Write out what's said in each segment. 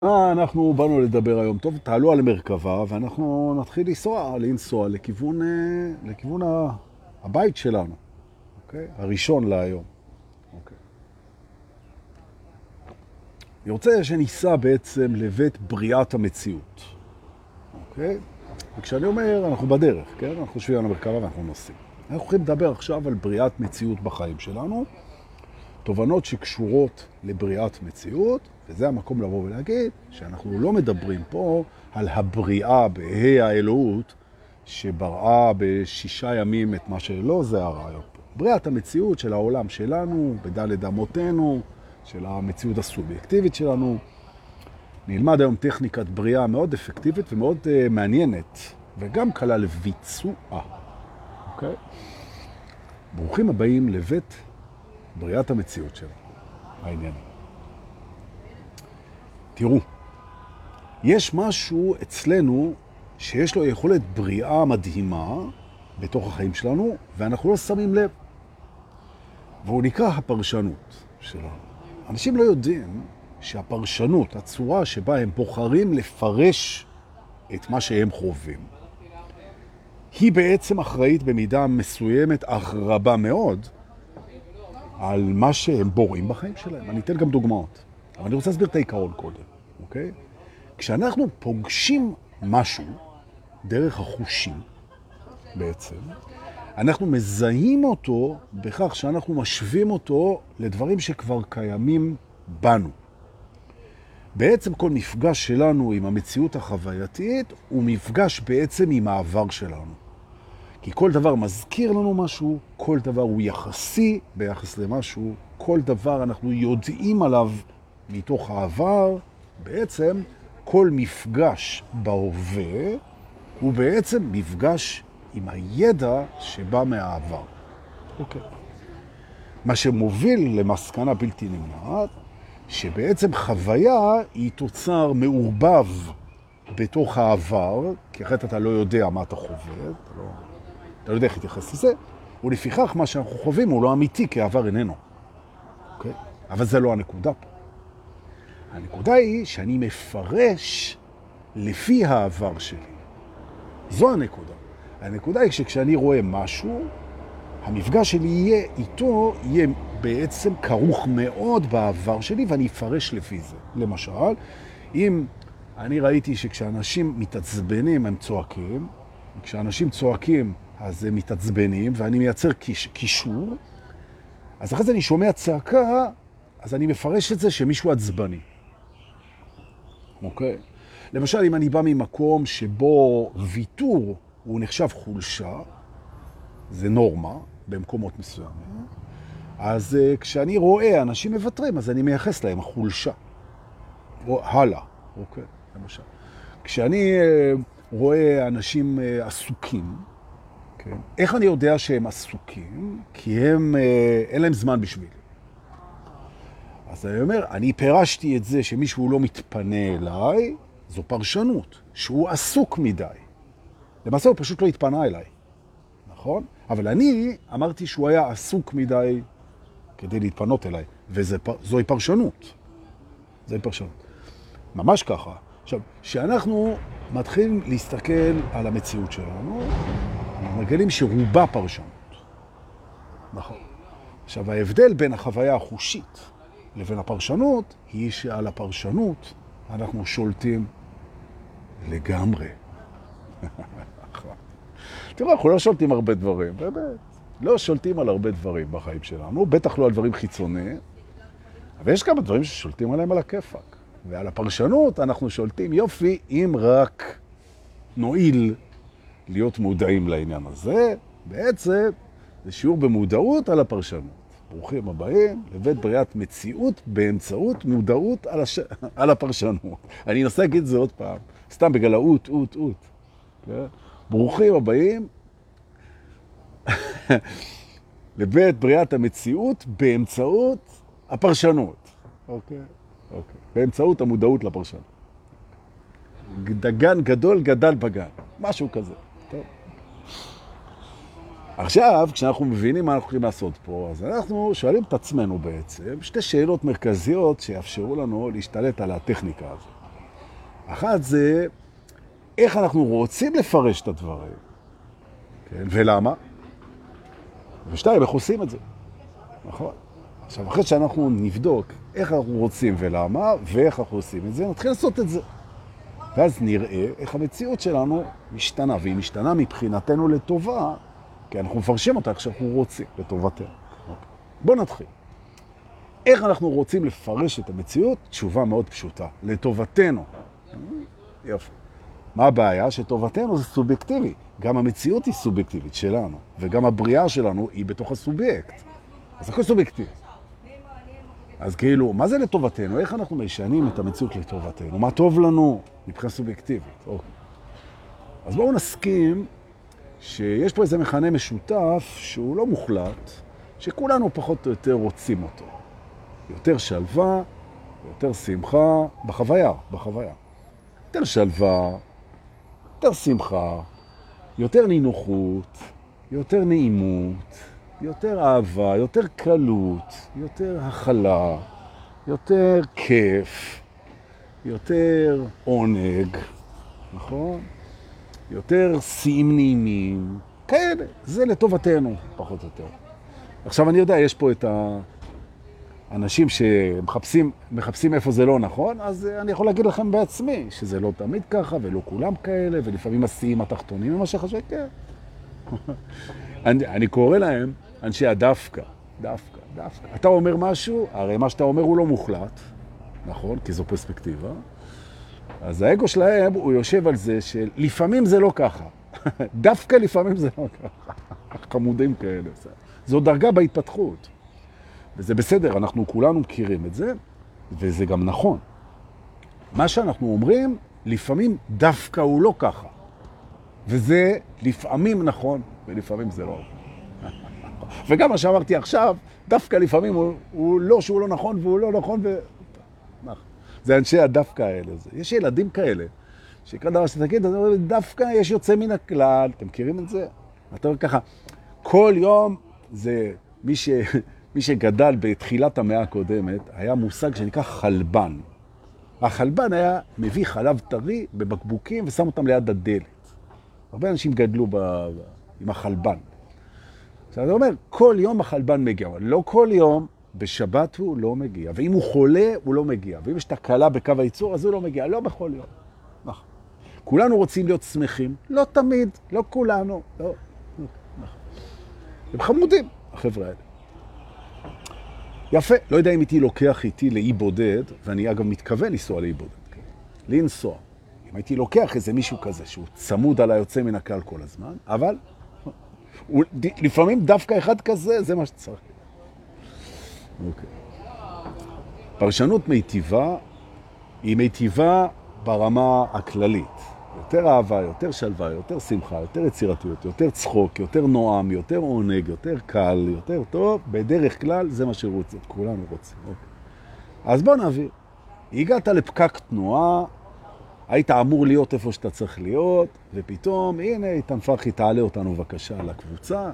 אנחנו באנו לדבר היום. טוב, תעלו על המרכבה ואנחנו נתחיל לנסוע לכיוון הבית שלנו, אוקיי? הראשון להיום. אוקיי. אני רוצה שניסע בעצם לבית בריאת המציאות, אוקיי? וכשאני אומר, אנחנו בדרך, כן? אנחנו חושבים על המרכבה ואנחנו נוסעים. אנחנו הולכים לדבר עכשיו על בריאת מציאות בחיים שלנו, תובנות שקשורות לבריאת מציאות, וזה המקום לבוא ולהגיד שאנחנו לא מדברים פה על הבריאה בה"א האלוהות שבראה בשישה ימים את מה שלא, זה הרעיון פה. בריאת המציאות של העולם שלנו, בדלת אמותינו, של המציאות הסובייקטיבית שלנו. נלמד היום טכניקת בריאה מאוד אפקטיבית ומאוד מעניינת, וגם קלה לביצוע. אוקיי? ברוכים הבאים לבית בריאת המציאות שלנו, העניין. תראו, יש משהו אצלנו שיש לו יכולת בריאה מדהימה בתוך החיים שלנו, ואנחנו לא שמים לב. והוא נקרא הפרשנות שלנו. אנשים לא יודעים שהפרשנות, הצורה שבה הם בוחרים לפרש את מה שהם חווים, היא בעצם אחראית במידה מסוימת, אך רבה מאוד, על מה שהם בוראים בחיים שלהם. אני אתן גם דוגמאות. אבל אני רוצה להסביר את העיקרון קודם, אוקיי? כשאנחנו פוגשים משהו דרך החושים, בעצם, אנחנו מזהים אותו בכך שאנחנו משווים אותו לדברים שכבר קיימים בנו. בעצם כל מפגש שלנו עם המציאות החווייתית הוא מפגש בעצם עם העבר שלנו. כי כל דבר מזכיר לנו משהו, כל דבר הוא יחסי ביחס למשהו, כל דבר אנחנו יודעים עליו מתוך העבר. בעצם כל מפגש בהווה הוא בעצם מפגש עם הידע שבא מהעבר. אוקיי. מה שמוביל למסקנה בלתי נמנעת, שבעצם חוויה היא תוצר מעורבב בתוך העבר, כי אחרת אתה לא יודע מה אתה חווה, אתה לא יודע איך להתייחס לזה, ולפיכך מה שאנחנו חווים הוא לא אמיתי, כי העבר איננו. אוקיי? אבל זה לא הנקודה פה. הנקודה היא שאני מפרש לפי העבר שלי. זו הנקודה. הנקודה היא שכשאני רואה משהו, המפגש שלי יהיה איתו, יהיה בעצם כרוך מאוד בעבר שלי, ואני אפרש לפי זה. למשל, אם אני ראיתי שכשאנשים מתעצבנים הם צועקים, וכשאנשים צועקים אז הם מתעצבנים, ואני מייצר קישור, אז אחרי זה אני שומע צעקה, אז אני מפרש את זה שמישהו עצבני. אוקיי? למשל, אם אני בא ממקום שבו ויתור הוא נחשב חולשה, זה נורמה במקומות מסוימים, אז כשאני רואה אנשים מוותרים, אז אני מייחס להם החולשה. או הלאה, אוקיי? למשל. כשאני רואה אנשים עסוקים, כן? איך אני יודע שהם עסוקים? כי אין להם זמן בשבילי. אז אני אומר, אני פירשתי את זה שמישהו לא מתפנה אליי, זו פרשנות, שהוא עסוק מדי. למעשה הוא פשוט לא התפנה אליי, נכון? אבל אני אמרתי שהוא היה עסוק מדי כדי להתפנות אליי, וזוהי פרשנות. זוהי פרשנות. ממש ככה. עכשיו, שאנחנו מתחילים להסתכל על המציאות שלנו, אנחנו מגלים שרובה פרשנות. נכון. עכשיו, ההבדל בין החוויה החושית לבין הפרשנות, היא שעל הפרשנות אנחנו שולטים לגמרי. תראו, אנחנו לא שולטים הרבה דברים, באמת. לא שולטים על הרבה דברים בחיים שלנו, בטח לא על דברים חיצוניים, אבל יש כמה דברים ששולטים עליהם על הכיפק. ועל הפרשנות אנחנו שולטים יופי, אם רק נועיל להיות מודעים לעניין הזה. בעצם זה שיעור במודעות על הפרשנות. ברוכים הבאים לבית בריאת מציאות באמצעות מודעות על הפרשנות. אני אנסה להגיד את זה עוד פעם, סתם בגלל האות. ברוכים הבאים לבית בריאת המציאות באמצעות הפרשנות. אוקיי. באמצעות המודעות לפרשנות. דגן גדול גדל בגן. משהו כזה. טוב. עכשיו, כשאנחנו מבינים מה אנחנו יכולים לעשות פה, אז אנחנו שואלים את עצמנו בעצם שתי שאלות מרכזיות שיאפשרו לנו להשתלט על הטכניקה הזאת. אחת זה איך אנחנו רוצים לפרש את הדברים, כן? ולמה? ושתיים, איך עושים את זה, נכון? עכשיו, אחרי שאנחנו נבדוק איך אנחנו רוצים ולמה, ואיך אנחנו עושים את זה, נתחיל לעשות את זה. ואז נראה איך המציאות שלנו משתנה, והיא משתנה מבחינתנו לטובה, כי אנחנו מפרשים אותה איך שאנחנו רוצים, לטובתנו. בואו נתחיל. איך אנחנו רוצים לפרש את המציאות? תשובה מאוד פשוטה, לטובתנו. יפה. מה הבעיה? שטובתנו זה סובייקטיבי. גם המציאות היא סובייקטיבית שלנו, וגם הבריאה שלנו היא בתוך הסובייקט. אז הכל סובייקטיבי. אז כאילו, מה זה לטובתנו? איך אנחנו משנים את המציאות לטובתנו? מה טוב לנו מבחינה סובייקטיבית? אוקיי. אז בואו נסכים שיש פה איזה מכנה משותף שהוא לא מוחלט, שכולנו פחות או יותר רוצים אותו. יותר שלווה, יותר שמחה, בחוויה. יותר שלווה, יותר שמחה, יותר נינוחות, יותר נעימות, יותר אהבה, יותר קלות, יותר הכלה, יותר כיף, יותר עונג, נכון? יותר שיאים נעימים, כאלה, זה לטובתנו, פחות או יותר. עכשיו אני יודע, יש פה את האנשים שמחפשים איפה זה לא נכון, אז אני יכול להגיד לכם בעצמי, שזה לא תמיד ככה, ולא כולם כאלה, ולפעמים השיאים התחתונים, מה שחשב, כן. אני קורא להם אנשי הדווקא, דווקא. אתה אומר משהו, הרי מה שאתה אומר הוא לא מוחלט, נכון? כי זו פרספקטיבה. אז האגו שלהם הוא יושב על זה שלפעמים זה לא ככה. דווקא לפעמים זה לא ככה. חמודים כאלה. זו דרגה בהתפתחות. וזה בסדר, אנחנו כולנו מכירים את זה, וזה גם נכון. מה שאנחנו אומרים, לפעמים דווקא הוא לא ככה. וזה לפעמים נכון, ולפעמים זה לא. וגם מה שאמרתי עכשיו, דווקא לפעמים הוא לא שהוא לא נכון, והוא לא נכון, זה אנשי הדווקא האלה. יש ילדים כאלה, שיקרא דבר שתגיד, דווקא יש יוצא מן הכלל, אתם מכירים את זה? אתה אומר ככה, כל יום זה מי שגדל בתחילת המאה הקודמת, היה מושג שנקרא חלבן. החלבן היה מביא חלב טרי בבקבוקים ושם אותם ליד הדלת. הרבה אנשים גדלו עם החלבן. עכשיו, אתה אומר, כל יום החלבן מגיע, אבל לא כל יום, בשבת הוא לא מגיע. ואם הוא חולה, הוא לא מגיע. ואם יש תקלה בקו הייצור, אז הוא לא מגיע. לא בכל יום. נכון. כולנו רוצים להיות שמחים. לא תמיד, לא כולנו. לא. נכון. הם חמודים, החבר'ה האלה. יפה. לא יודע אם הייתי לוקח איתי לאי בודד, ואני אגב מתכוון לנסוע לאי בודד. כן? לנסוע. אם הייתי לוקח איזה מישהו כזה, שהוא צמוד על היוצא מן הכלל כל הזמן, אבל לפעמים דווקא אחד כזה, זה מה שצריך. אוקיי. פרשנות מיטיבה היא מיטיבה ברמה הכללית. יותר אהבה, יותר שלווה, יותר שמחה, יותר יצירתיות, יותר צחוק, יותר נועם, יותר עונג, יותר קל, יותר טוב. בדרך כלל זה מה שרוצים, כולנו רוצים. אוקיי. אז בוא נעביר. הגעת לפקק תנועה, היית אמור להיות איפה שאתה צריך להיות, ופתאום, הנה, איתן פרחי, תעלה אותנו בבקשה לקבוצה.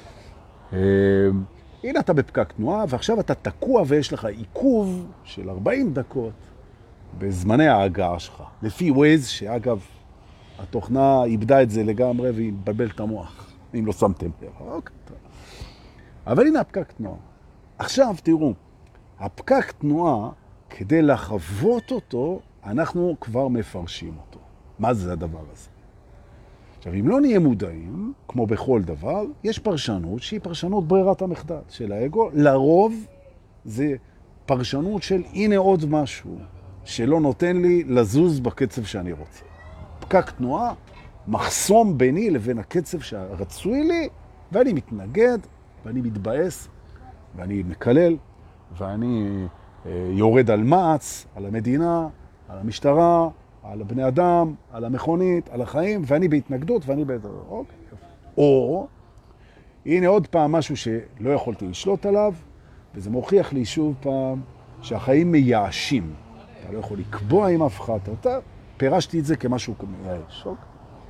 הנה אתה בפקק תנועה, ועכשיו אתה תקוע ויש לך עיכוב של 40 דקות בזמני ההגעה שלך. לפי וויז, שאגב, התוכנה איבדה את זה לגמרי והיא מבלבל את המוח, אם לא שמתם לב. אוקיי. אבל הנה הפקק תנועה. עכשיו תראו, הפקק תנועה, כדי לחוות אותו, אנחנו כבר מפרשים אותו. מה זה הדבר הזה? עכשיו, אם לא נהיה מודעים, כמו בכל דבר, יש פרשנות שהיא פרשנות ברירת המחדל של האגו. לרוב זה פרשנות של הנה עוד משהו שלא נותן לי לזוז בקצב שאני רוצה. פקק תנועה, מחסום ביני לבין הקצב שרצוי לי, ואני מתנגד, ואני מתבאס, ואני מקלל, ואני יורד על מעץ, על המדינה, על המשטרה, על הבני אדם, על המכונית, על החיים, ואני בהתנגדות, ואני אוקיי. או, הנה עוד פעם משהו שלא יכולתי לשלוט עליו, וזה מוכיח לי שוב פעם שהחיים מייאשים. אתה לא יכול לקבוע עם אף אחד, אתה פירשתי את זה כמשהו מייאש. אוקיי.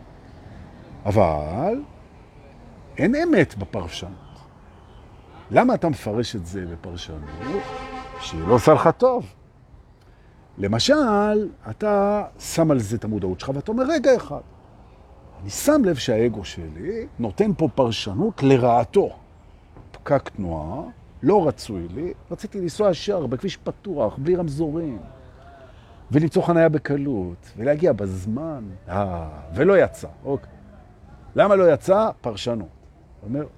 אבל אין אמת בפרשנות. למה אתה מפרש את זה בפרשנות? שהיא לא עושה לך טוב. למשל, אתה שם על זה את המודעות שלך, ואתה אומר, רגע אחד, אני שם לב שהאגו שלי נותן פה פרשנות לרעתו. פקק תנועה, לא רצוי לי, רציתי לנסוע ישר בכביש פתוח, בלי רמזורים, ולמצוא חניה בקלות, ולהגיע בזמן, ולא יצא, אוקיי. למה לא יצא? פרשנות. הוא אומר,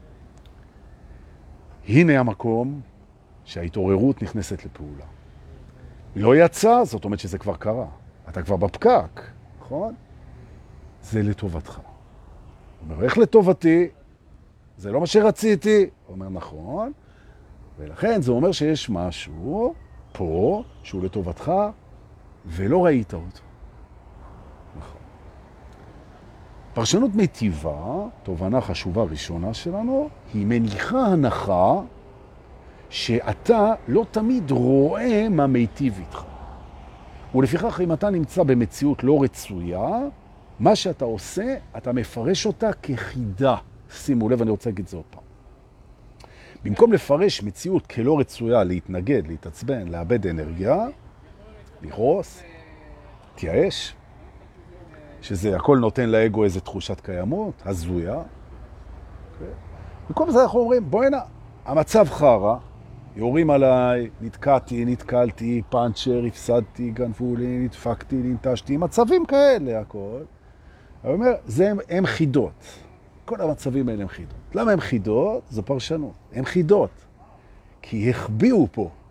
הנה המקום שההתעוררות נכנסת לפעולה. לא יצא, זאת אומרת שזה כבר קרה. אתה כבר בפקק, נכון? זה לטובתך. הוא אומר, איך לטובתי? זה לא מה שרציתי. הוא אומר, נכון. ולכן זה אומר שיש משהו פה שהוא לטובתך ולא ראית אותו. נכון. פרשנות מטיבה, תובנה חשובה ראשונה שלנו, היא מניחה הנחה שאתה לא תמיד רואה מה מיטיב איתך. ולפיכך, אם אתה נמצא במציאות לא רצויה, מה שאתה עושה, אתה מפרש אותה כחידה. שימו לב, אני רוצה להגיד זה עוד פעם. במקום לפרש מציאות כלא רצויה, להתנגד, להתעצבן, לאבד אנרגיה, לכעוס, תייאש, שזה הכל נותן לאגו איזו תחושת קיימות, הזויה. במקום זה אנחנו אומרים, בוא הנה, המצב חרה, יורים עליי, נתקלתי, פאנצ'ר, הפסדתי, גנבו לי, נדפקתי, ננטשתי, מצבים כאלה, הכל. אני אומר, הם חידות. כל המצבים האלה הם חידות. למה הם חידות? זו פרשנות. הם חידות. כי החביאו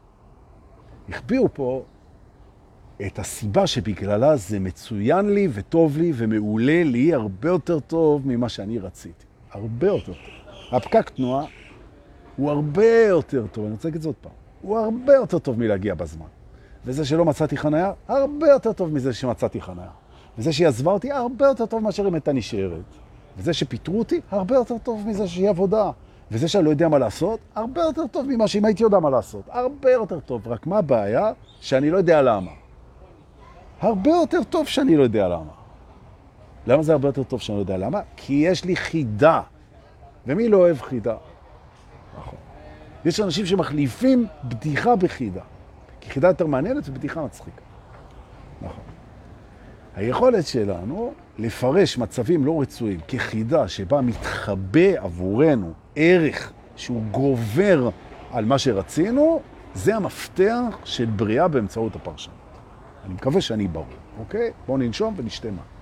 פה את הסיבה שבגללה זה מצוין לי וטוב לי ומעולה לי הרבה יותר טוב ממה שאני רציתי. הרבה יותר טוב. הפקק תנועה הוא הרבה יותר טוב, אני רוצה להגיד זאת פעם. הוא הרבה יותר טוב מלהגיע בזמן. וזה שלא מצאתי חניה, הרבה יותר טוב מזה שמצאתי חניה. וזה שהיא עזבה אותי, הרבה יותר טוב מאשר אם הייתה נשארת. וזה שפיטרו אותי, הרבה יותר טוב מזה שהיא עבודה. וזה שאני לא יודע מה לעשות, הרבה יותר טוב ממה שאם הייתי יודע מה לעשות. הרבה יותר טוב. רק מה הבעיה? שאני לא יודע למה. הרבה יותר טוב שאני לא יודע למה. למה זה הרבה יותר טוב שאני לא יודע למה? כי יש לי חידה. ומי לא אוהב חידה? נכון. יש אנשים שמחליפים בדיחה בחידה. כי חידה יותר מעניינת ובדיחה מצחיקה. נכון. היכולת שלנו לפרש מצבים לא רצויים כחידה שבה מתחבא עבורנו ערך שהוא גובר על מה שרצינו, זה המפתח של בריאה באמצעות הפרשנות. אני מקווה שאני ברור, אוקיי? בואו ננשום ונשתה מה.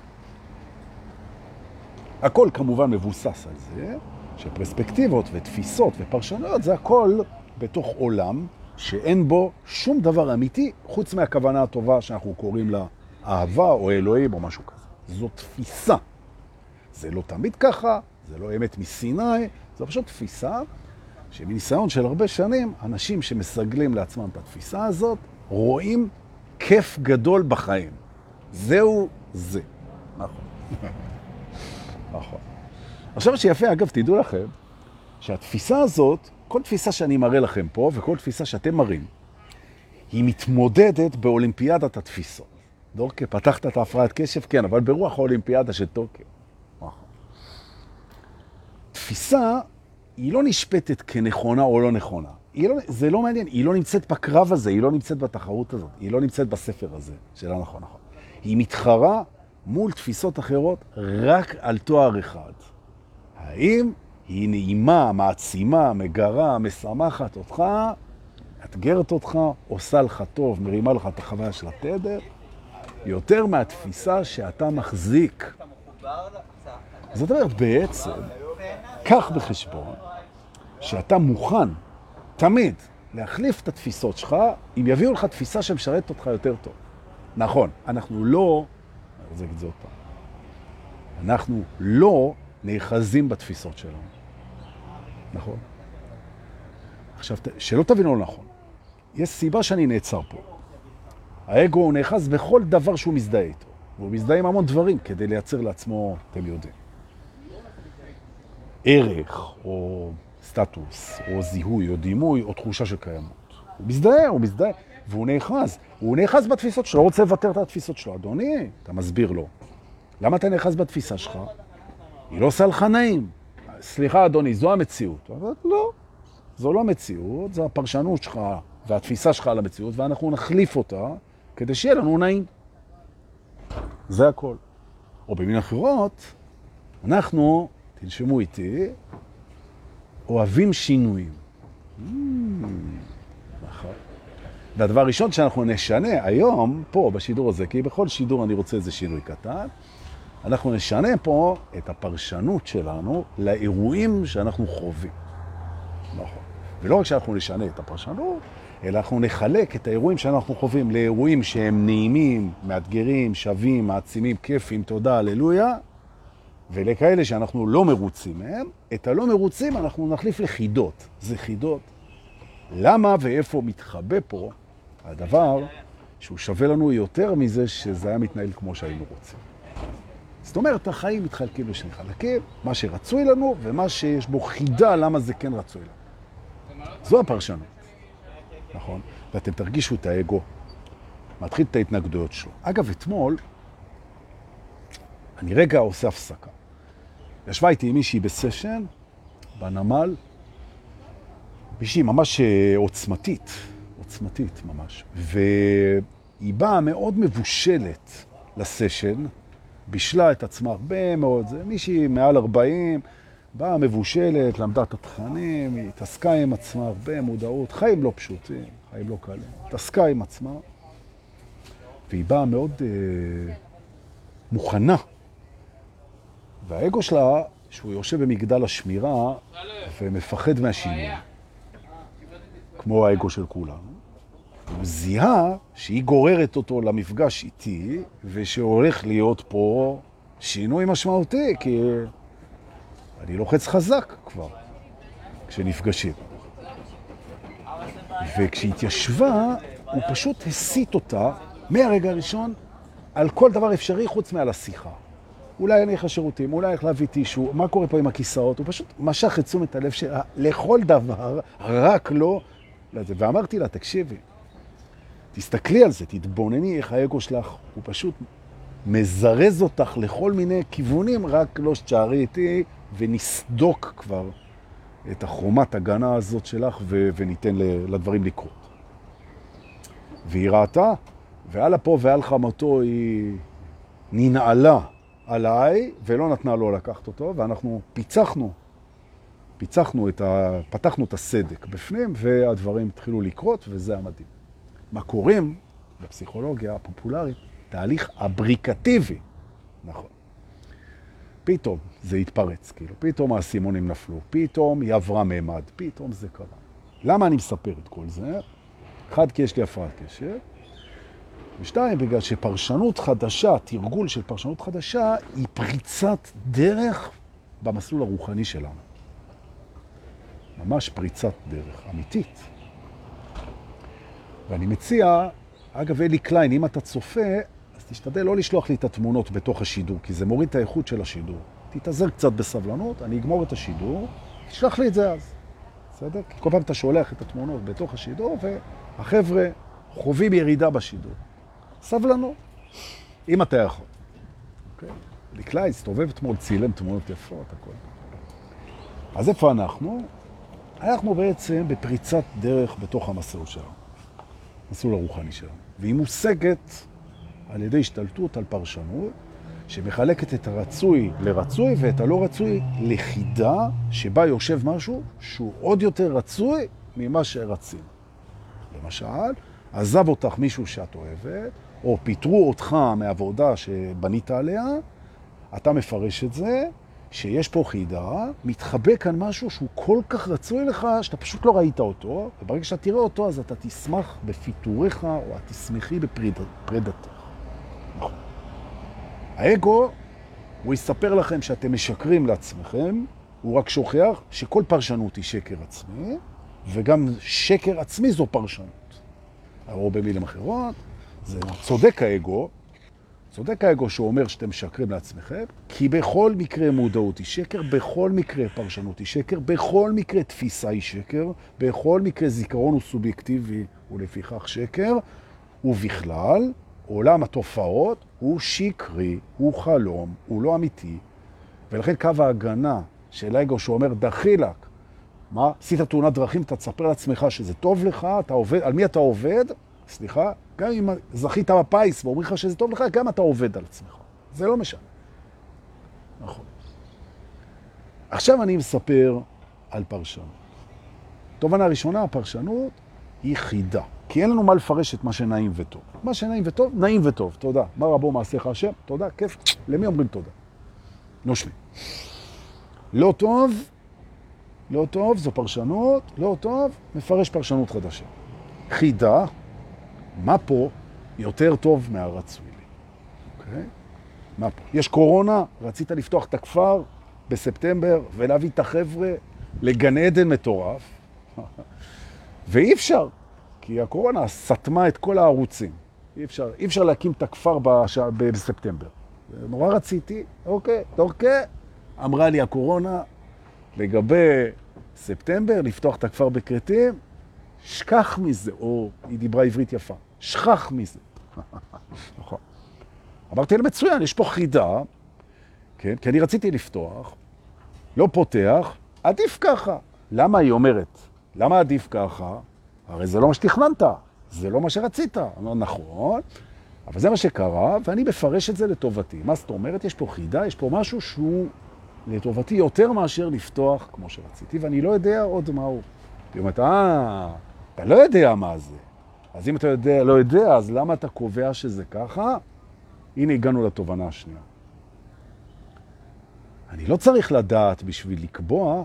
הכל כמובן מבוסס על זה, שפרספקטיבות ותפיסות ופרשנויות זה הכל בתוך עולם שאין בו שום דבר אמיתי חוץ מהכוונה הטובה שאנחנו קוראים לה אהבה או אלוהים או משהו כזה. זו תפיסה. זה לא תמיד ככה, זה לא אמת מסיני, זו פשוט תפיסה שמניסיון של הרבה שנים, אנשים שמסגלים לעצמם את התפיסה הזאת, רואים כיף גדול בחיים. זהו זה. נכון. נכון. עכשיו שיפה, אגב, תדעו לכם שהתפיסה הזאת, כל תפיסה שאני מראה לכם פה וכל תפיסה שאתם מראים, היא מתמודדת באולימפיאדת התפיסות. דורקה, פתחת את ההפרעת קשב? כן, אבל ברוח האולימפיאדה של טוקיו. תפיסה היא לא נשפטת כנכונה או לא נכונה. זה לא מעניין, היא לא נמצאת בקרב הזה, היא לא נמצאת בתחרות הזאת, היא לא נמצאת בספר הזה, שאלה נכון. היא מתחרה מול תפיסות אחרות רק על תואר אחד. האם היא נעימה, מעצימה, מגרה, משמחת אותך, מאתגרת אותך, עושה לך טוב, מרימה לך את החוויה של התדר, יותר מהתפיסה שאתה מחזיק. זאת אומרת, בעצם, קח בחשבון שאתה מוכן תמיד להחליף את התפיסות שלך אם יביאו לך תפיסה שמשרת אותך יותר טוב. נכון, אנחנו לא, אני רוצה להגיד זאת פעם, אנחנו לא נאחזים בתפיסות שלנו. נכון? עכשיו, שלא תבינו לא נכון. יש סיבה שאני נעצר פה. האגו הוא נאחז בכל דבר שהוא מזדהה איתו. והוא מזדהה עם המון דברים כדי לייצר לעצמו, אתם יודעים, ערך או סטטוס או זיהוי או דימוי או תחושה של קיימות. הוא מזדהה, והוא נאחז. הוא נאחז בתפיסות שלו, לא רוצה לוותר את התפיסות שלו. אדוני, אתה מסביר לו. למה אתה נאחז בתפיסה שלך? היא לא עושה לך נעים. סליחה, אדוני, זו המציאות. אבל לא, זו לא המציאות, זו הפרשנות שלך והתפיסה שלך על המציאות, ואנחנו נחליף אותה כדי שיהיה לנו נעים. זה הכל. או במילים אחרות, אנחנו, תנשמו איתי, אוהבים שינויים. נכון. והדבר הראשון שאנחנו נשנה היום, פה בשידור הזה, כי בכל שידור אני רוצה איזה שינוי קטן, אנחנו נשנה פה את הפרשנות שלנו לאירועים שאנחנו חווים. נכון. ולא רק שאנחנו נשנה את הפרשנות, אלא אנחנו נחלק את האירועים שאנחנו חווים לאירועים שהם נעימים, מאתגרים, שווים, מעצימים, כיפים, תודה, הללויה, ולכאלה שאנחנו לא מרוצים מהם. את הלא מרוצים אנחנו נחליף לחידות. זה חידות. למה ואיפה מתחבא פה הדבר שהוא שווה לנו יותר מזה שזה היה מתנהל כמו שהיינו רוצים. זאת אומרת, החיים מתחלקים לשני חלקים, מה שרצוי לנו ומה שיש בו חידה למה זה כן רצוי לנו. זו הפרשנות. נכון? ואתם תרגישו את האגו, מתחיל את ההתנגדויות שלו. אגב, אתמול, אני רגע עושה הפסקה. ישבה איתי מישהי בסשן, בנמל, מישהי ממש עוצמתית ממש. והיא באה מאוד מבושלת לסשן, בישלה את עצמה הרבה מאוד, זה מישהי מעל 40, באה מבושלת, למדה את התכנים, היא התעסקה עם עצמה הרבה מודעות, חיים לא פשוטים, חיים לא קלים, התעסקה עם עצמה, והיא באה מאוד מוכנה. והאגו שלה, שהוא יושב במגדל השמירה ומפחד מהשינוי, כמו האגו של כולם, הוא זיהה שהיא גוררת אותו למפגש איתי, ושהולך להיות פה שינוי משמעותי, כי אני לוחץ חזק כבר כשנפגשים. וכשהתיישבה, הוא פשוט הסיט אותה מהרגע הראשון על כל דבר אפשרי חוץ מעל השיחה. אולי אני איך שירותים, אולי איך להביא טישו, מה קורה פה עם הכיסאות? הוא פשוט משך את תשומת הלב שלה לכל דבר, רק לא לזה. ואמרתי לה, תקשיבי, תסתכלי על זה, תתבונני איך האגו שלך, הוא פשוט מזרז אותך לכל מיני כיוונים, רק לא שתשארי איתי ונסדוק כבר את החומת הגנה הזאת שלך וניתן לדברים לקרות. והיא ראתה, ועל אפו ועל חמתו היא ננעלה עליי ולא נתנה לו לקחת אותו, ואנחנו פתחנו את הסדק בפנים, והדברים התחילו לקרות, וזה המדהים. מה קוראים בפסיכולוגיה הפופולרית? תהליך אבריקטיבי. נכון. פתאום זה התפרץ, כאילו. פתאום האסימונים נפלו, פתאום היא עברה ממד, פתאום זה קרה. למה אני מספר את כל זה? אחד, כי יש לי הפרעת קשב. ושתיים, בגלל שפרשנות חדשה, תרגול של פרשנות חדשה, היא פריצת דרך במסלול הרוחני שלנו. ממש פריצת דרך אמיתית. ואני מציע, אגב, אלי קליין, אם אתה צופה, אז תשתדל לא לשלוח לי את התמונות בתוך השידור, כי זה מוריד את האיכות של השידור. תתעזר קצת בסבלנות, אני אגמור את השידור, תשלח לי את זה אז. בסדר? כי כל פעם אתה שולח את התמונות בתוך השידור, והחבר'ה חווים ירידה בשידור. סבלנות, אם אתה יכול. אוקיי? אלי קליין, הסתובב אתמול, צילם תמונות יפות, הכל. אז איפה אנחנו? אנחנו בעצם בפריצת דרך בתוך המסלול שלנו. מסלול הרוחני שלנו. והיא מושגת על ידי השתלטות על פרשנות, שמחלקת את הרצוי לרצוי ואת הלא רצוי לחידה, שבה יושב משהו שהוא עוד יותר רצוי ממה שרצים. למשל, עזב אותך מישהו שאת אוהבת, או פיטרו אותך מעבודה שבנית עליה, אתה מפרש את זה, שיש פה חידה, מתחבא כאן משהו שהוא כל כך רצוי לך, שאתה פשוט לא ראית אותו, וברגע שאתה תראה אותו, אז אתה תשמח בפיתוריך, או את תשמחי בפרידתך. נכון. האגו, הוא יספר לכם שאתם משקרים לעצמכם, הוא רק שוכח שכל פרשנות היא שקר עצמי, וגם שקר עצמי זו פרשנות. או במילים אחרות, זה צודק האגו, צודק האגו שהוא אומר שאתם משקרים לעצמכם, כי בכל מקרה מודעות היא שקר, בכל מקרה פרשנות היא שקר, בכל מקרה תפיסה היא שקר, בכל מקרה זיכרון הוא סובייקטיבי ולפיכך שקר, ובכלל עולם התופעות הוא שקרי, הוא חלום, הוא לא אמיתי, ולכן קו ההגנה של האגו שהוא אומר דחילק, מה? עשית תאונת דרכים, אתה תספר לעצמך שזה טוב לך, אתה עובד, על מי אתה עובד? סליחה, גם אם זכית בפייס ואומרים לך שזה טוב לך, גם אתה עובד על עצמך. זה לא משנה. נכון. עכשיו אני מספר על פרשנות. תובנה ראשונה, הפרשנות היא חידה. כי אין לנו מה לפרש את מה שנעים וטוב. מה שנעים וטוב, נעים וטוב. תודה. מה רבו מעשיך השם? תודה, כיף. למי אומרים תודה? נושמים. לא טוב, לא טוב, זו פרשנות, לא טוב, מפרש פרשנות חדשה. חידה, מה פה יותר טוב מהרצוי לי? אוקיי? מה פה? יש קורונה, רצית לפתוח את הכפר בספטמבר ולהביא את החבר'ה לגן עדן מטורף, ואי אפשר, כי הקורונה סתמה את כל הערוצים. אי אפשר להקים את הכפר בספטמבר. נורא רציתי, אוקיי, אמרה לי הקורונה, לגבי ספטמבר, לפתוח את הכפר בקרטים, שכח מזה, או היא דיברה עברית יפה, שכח מזה. נכון. אמרתי לה, מצוין, יש פה חידה, כן? כי אני רציתי לפתוח, לא פותח, עדיף ככה. למה היא אומרת? למה עדיף ככה? הרי זה לא מה שתכננת, זה לא מה שרצית. אמר, נכון, אבל זה מה שקרה, ואני מפרש את זה לטובתי. מה זאת אומרת? יש פה חידה, יש פה משהו שהוא לטובתי יותר מאשר לפתוח כמו שרציתי, ואני לא יודע עוד מה הוא. היא אומרת, אתה לא יודע מה זה. אז אם אתה לא יודע, אז למה אתה קובע שזה ככה? הנה הגענו לתובנה השנייה. אני לא צריך לדעת בשביל לקבוע.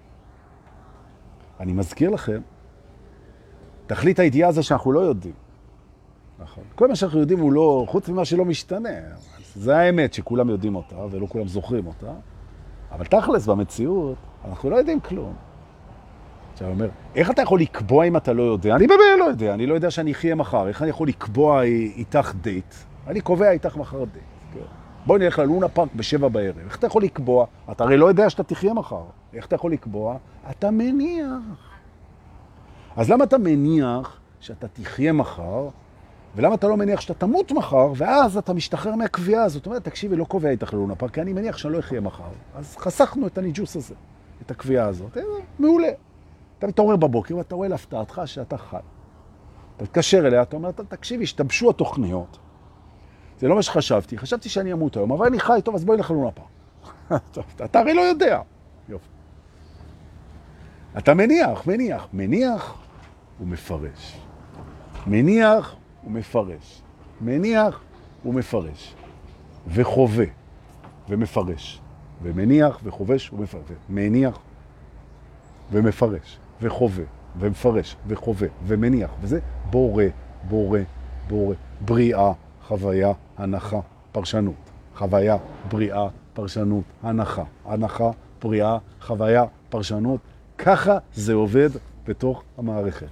אני מזכיר לכם, תכלית הידיעה הזה שאנחנו לא יודעים. נכון. כל מה שאנחנו יודעים הוא לא, חוץ ממה שלא משתנה. זה האמת שכולם יודעים אותה ולא כולם זוכרים אותה. אבל תכלס במציאות, אנחנו לא יודעים כלום. עכשיו אני אומר, איך אתה יכול לקבוע אם אתה לא יודע? אני באמת לא יודע, אני לא יודע שאני אחיה מחר. איך אני יכול לקבוע איתך דייט? אני קובע איתך מחר דייט. כן. בואי נלך ללונה פארק ב7 בערב. איך אתה יכול לקבוע? אתה הרי לא יודע שאתה תחיה מחר. איך אתה יכול לקבוע? אתה מניח. אז למה אתה מניח שאתה תחיה מחר, ולמה אתה לא מניח שאתה תמות מחר, ואז אתה משתחרר מהקביעה הזאת? זאת אומרת, תקשיבי, לא קובע איתך ללונה פארק, כי אני מניח שאני לא אחיה מחר. אז חסכנו את הניג'וס הזה, את הקביעה הזאת. מעולה. אתה מתעורר בבוקר ואתה רואה להפתעתך שאתה חי. אתה מתקשר אליה, אתה אומר, תקשיבי, השתבשו התוכניות. זה לא מה שחשבתי. חשבתי שאני אמות היום, אבל אני חי, טוב, אז בואי ללונה פארק. אתה הרי לא יודע. יופי. אתה מניח ומפרש. מניח ומפרש. מניח ומפרש. וחווה ומפרש. ומניח וחובש ומפרש. מניח ומפרש. וחווה ומפרש. וחווה ומניח. וזה בורא. בריאה, חוויה, הנחה, פרשנות. חוויה, בריאה, פרשנות, הנחה, בריאה, חוויה, פרשנות. ככה זה עובד בתוך המערכת.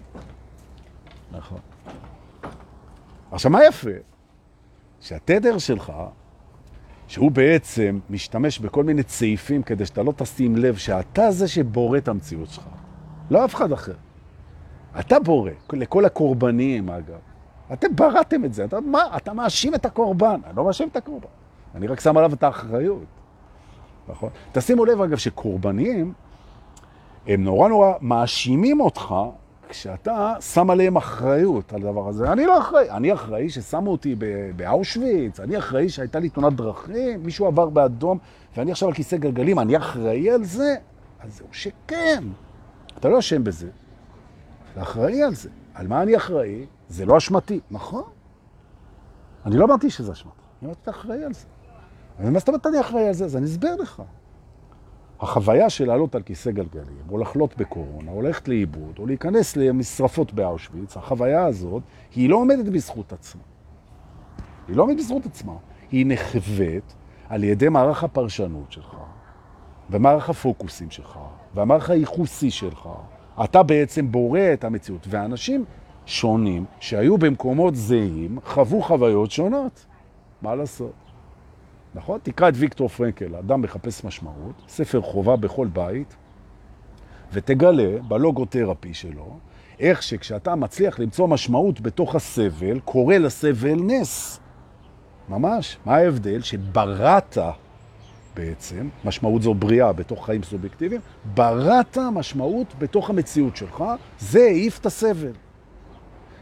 נכון. עכשיו, מה יפה? שהתדר שלך, שהוא בעצם משתמש בכל מיני צעיפים כדי שאתה לא תשים לב שאתה זה שבורא את המציאות שלך. לא אף אחד אחר. אתה בורא, לכל הקורבנים אגב. אתם בראתם את זה. אתה מאשים את הקורבן. אני לא מאשים את הקורבן. אני רק שם עליו את האחריות. נכון? תשימו לב אגב שקורבנים, הם נורא מאשימים אותך כשאתה שם עליהם אחריות על הדבר הזה. אני לא אחראי. אני אחראי ששמו אותי באושוויץ, אני אחראי שהייתה לי תאונת דרכים, מישהו עבר באדום, ואני עכשיו על כיסא גלגלים, אני אחראי על זה? אז זהו שכן. אתה לא אשם בזה. אתה אחראי על זה. על מה אני אחראי? זה לא אשמתי. נכון? אני לא אמרתי שזה אשמתי. אני אמרתי, אתה אחראי על זה. ומה זאת אומרת אני אחראי על זה? אז אני אסבר לך. החוויה של לעלות על כיסא גלגלים, או לחלות בקורונה, או ללכת לאיבוד, או להיכנס למשרפות באושוויץ, החוויה הזאת, היא לא עומדת בזכות עצמה. היא לא עומדת בזכות עצמה. היא נחוות על ידי מערך הפרשנות שלך, ומערך הפוקוסים שלך, והמערך הייחוסי שלך. אתה בעצם בורא את המציאות, ואנשים שונים שהיו במקומות זהים, חוו חוויות שונות. מה לעשות? נכון? תקרא את ויקטור פרנקל, אדם מחפש משמעות, ספר חובה בכל בית, ותגלה בלוגותרפי שלו, איך שכשאתה מצליח למצוא משמעות בתוך הסבל, קורא לסבל נס. ממש. מה ההבדל? שבראת בעצם, משמעות זו בריאה בתוך חיים סובייקטיביים, בראת משמעות בתוך המציאות שלך, זה העיף את הסבל.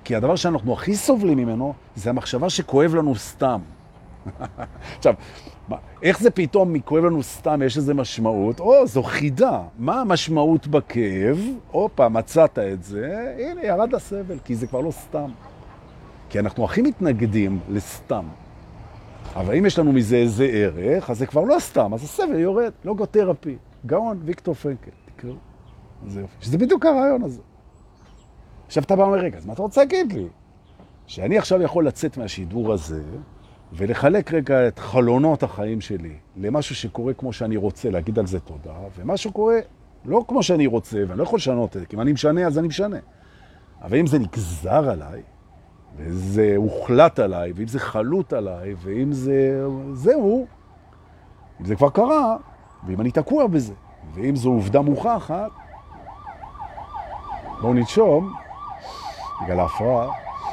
כי הדבר שאנחנו הכי סובלים ממנו, זה המחשבה שכואב לנו סתם. עכשיו, איך זה פתאום מכואב לנו סתם, יש איזה משמעות? זו חידה. מה המשמעות בכאב? מצאת את זה, הנה, ירד הסבל, כי זה כבר לא סתם. כי אנחנו הכי מתנגדים לסתם. אבל אם יש לנו מזה איזה ערך, אז זה כבר לא סתם, אז הסבל יורד, לוגותרפי. גאון, ויקטור פרנקל, תקראו. זה יופי. שזה בדיוק הרעיון הזה. עכשיו אתה בא אומר, רגע, אז מה אתה רוצה להגיד לי? שאני עכשיו יכול לצאת מהשידור הזה, ולחלק רגע את חלונות החיים שלי למשהו שקורה כמו שאני רוצה, להגיד על זה תודה, ומשהו קורה לא כמו שאני רוצה, ואני לא יכול לשנות את זה, כי אם אני משנה, אז אני משנה. אבל אם זה נגזר עליי, וזה הוחלט עליי, ואם זה חלוט עליי, ואם זה... זהו, אם זה כבר קרה, ואם אני תקוע בזה, ואם זו עובדה מוכחת, בואו נתשום, בגלל ההפרעה.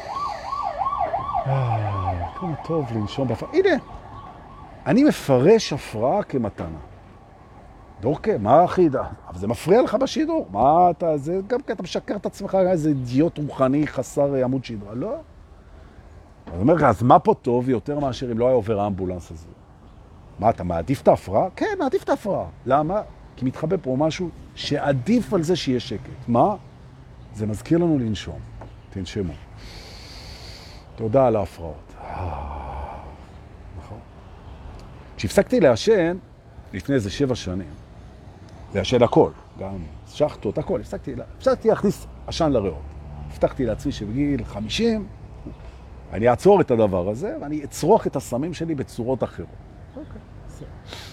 כמה טוב לנשום בהפרעה. הנה, אני מפרש הפרעה כמתנה. דורקה, מה החידה? אבל זה מפריע לך בשידור. מה אתה, זה גם כי אתה משקר את עצמך, איזה אידיוט רוחני חסר עמוד שדרה. לא. אני אומר לך, אז מה פה טוב יותר מאשר אם לא היה עובר האמבולנס הזה? מה, אתה מעדיף את ההפרעה? כן, מעדיף את ההפרעה. למה? כי מתחבא פה משהו שעדיף על זה שיהיה שקט. מה? זה מזכיר לנו לנשום. תנשמו. תודה על ההפרעות. נכון. כשהפסקתי לעשן, לפני איזה 7 שנים, לעשן הכל, גם שחטות, הכל, הפסקתי להכניס עשן לריאות. הבטחתי לעצמי שבגיל 50, אני אעצור את הדבר הזה, ואני אצרוך את הסמים שלי בצורות אחרות. אוקיי,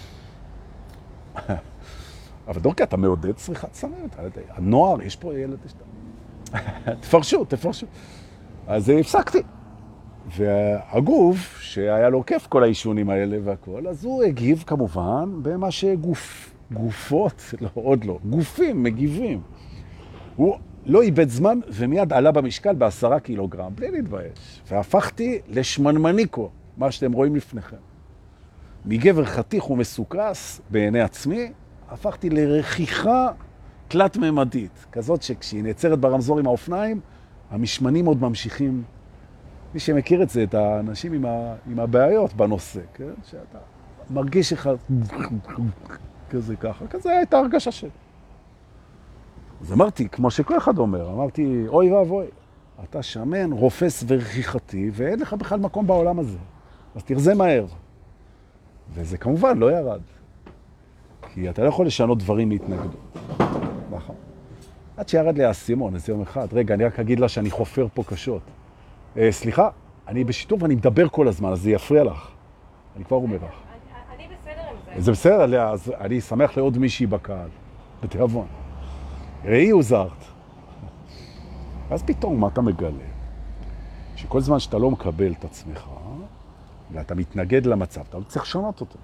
אבל דורקי, אתה מעודד צריכת סמים? הנוער, יש פה ילד, תפרשו. אז הפסקתי. והגוף, שהיה לו כיף כל האישונים האלה והכל, אז הוא הגיב כמובן במה גופות, לא, עוד לא, גופים מגיבים. הוא לא איבד זמן ומיד עלה במשקל ב10 קילוגרם, בלי להתבייש. והפכתי לשמנמניקו, מה שאתם רואים לפניכם. מגבר חתיך ומסוכס בעיני עצמי, הפכתי לרכיכה תלת ממדית, כזאת שכשהיא נעצרת ברמזור עם האופניים, המשמנים עוד ממשיכים. מי שמכיר את זה, את האנשים עם הבעיות בנושא, כן? שאתה מרגיש לך כזה ככה, כזה הייתה הרגשה שלי. אז אמרתי, כמו שכל אחד אומר, אמרתי, אוי ואבוי, אתה שמן, רופס ורכיחתי, ואין לך בכלל מקום בעולם הזה. אז תרזה מהר. וזה כמובן לא ירד. כי אתה לא יכול לשנות דברים מהתנגדות. נכון. עד שירד לי האסימון, איזה יום אחד. רגע, אני רק אגיד לה שאני חופר פה קשות. סליחה, אני בשיתוף ואני מדבר כל הזמן, אז זה יפריע לך. אני כבר אומר לך. אני בסדר עם זה. זה בסדר, אז אני שמח לעוד מישהי בקהל. בתיאבון. ראי הוזרת. אז פתאום מה אתה מגלה? שכל זמן שאתה לא מקבל את עצמך, ואתה מתנגד למצב, אתה לא צריך לשנות אותו.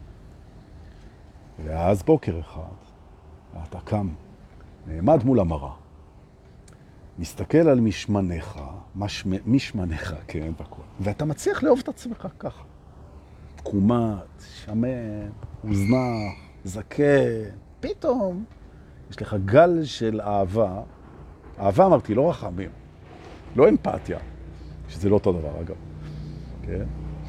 ואז בוקר אחד, אתה קם, נעמד מול המראה, מסתכל על משמניך, כן, בכל. ואתה מצליח לאהוב את עצמך ככה. קומת, שמן, מוזנח, זקן, פתאום יש לך גל של אהבה. אהבה אמרתי, לא רחמים, לא אמפתיה, שזה לא אותו דבר אגב. כן?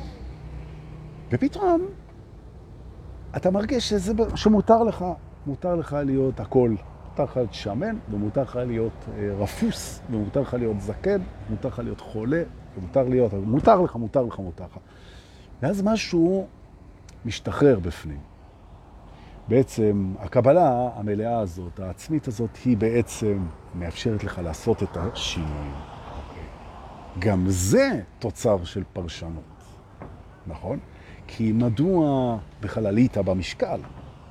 ופתאום אתה מרגיש שמותר לך, מותר לך להיות הכל. מותר לך להיות שמן, ומותר לך להיות רפוס, ומותר לך להיות זקן, ומותר לך להיות חולה, מותר לך. ואז משהו משתחרר בפנים. בעצם הקבלה המלאה הזאת, העצמית הזאת, היא בעצם מאפשרת לך לעשות את השינויים. גם זה תוצר של פרשנות, נכון? כי מדוע בכלל עלית במשקל?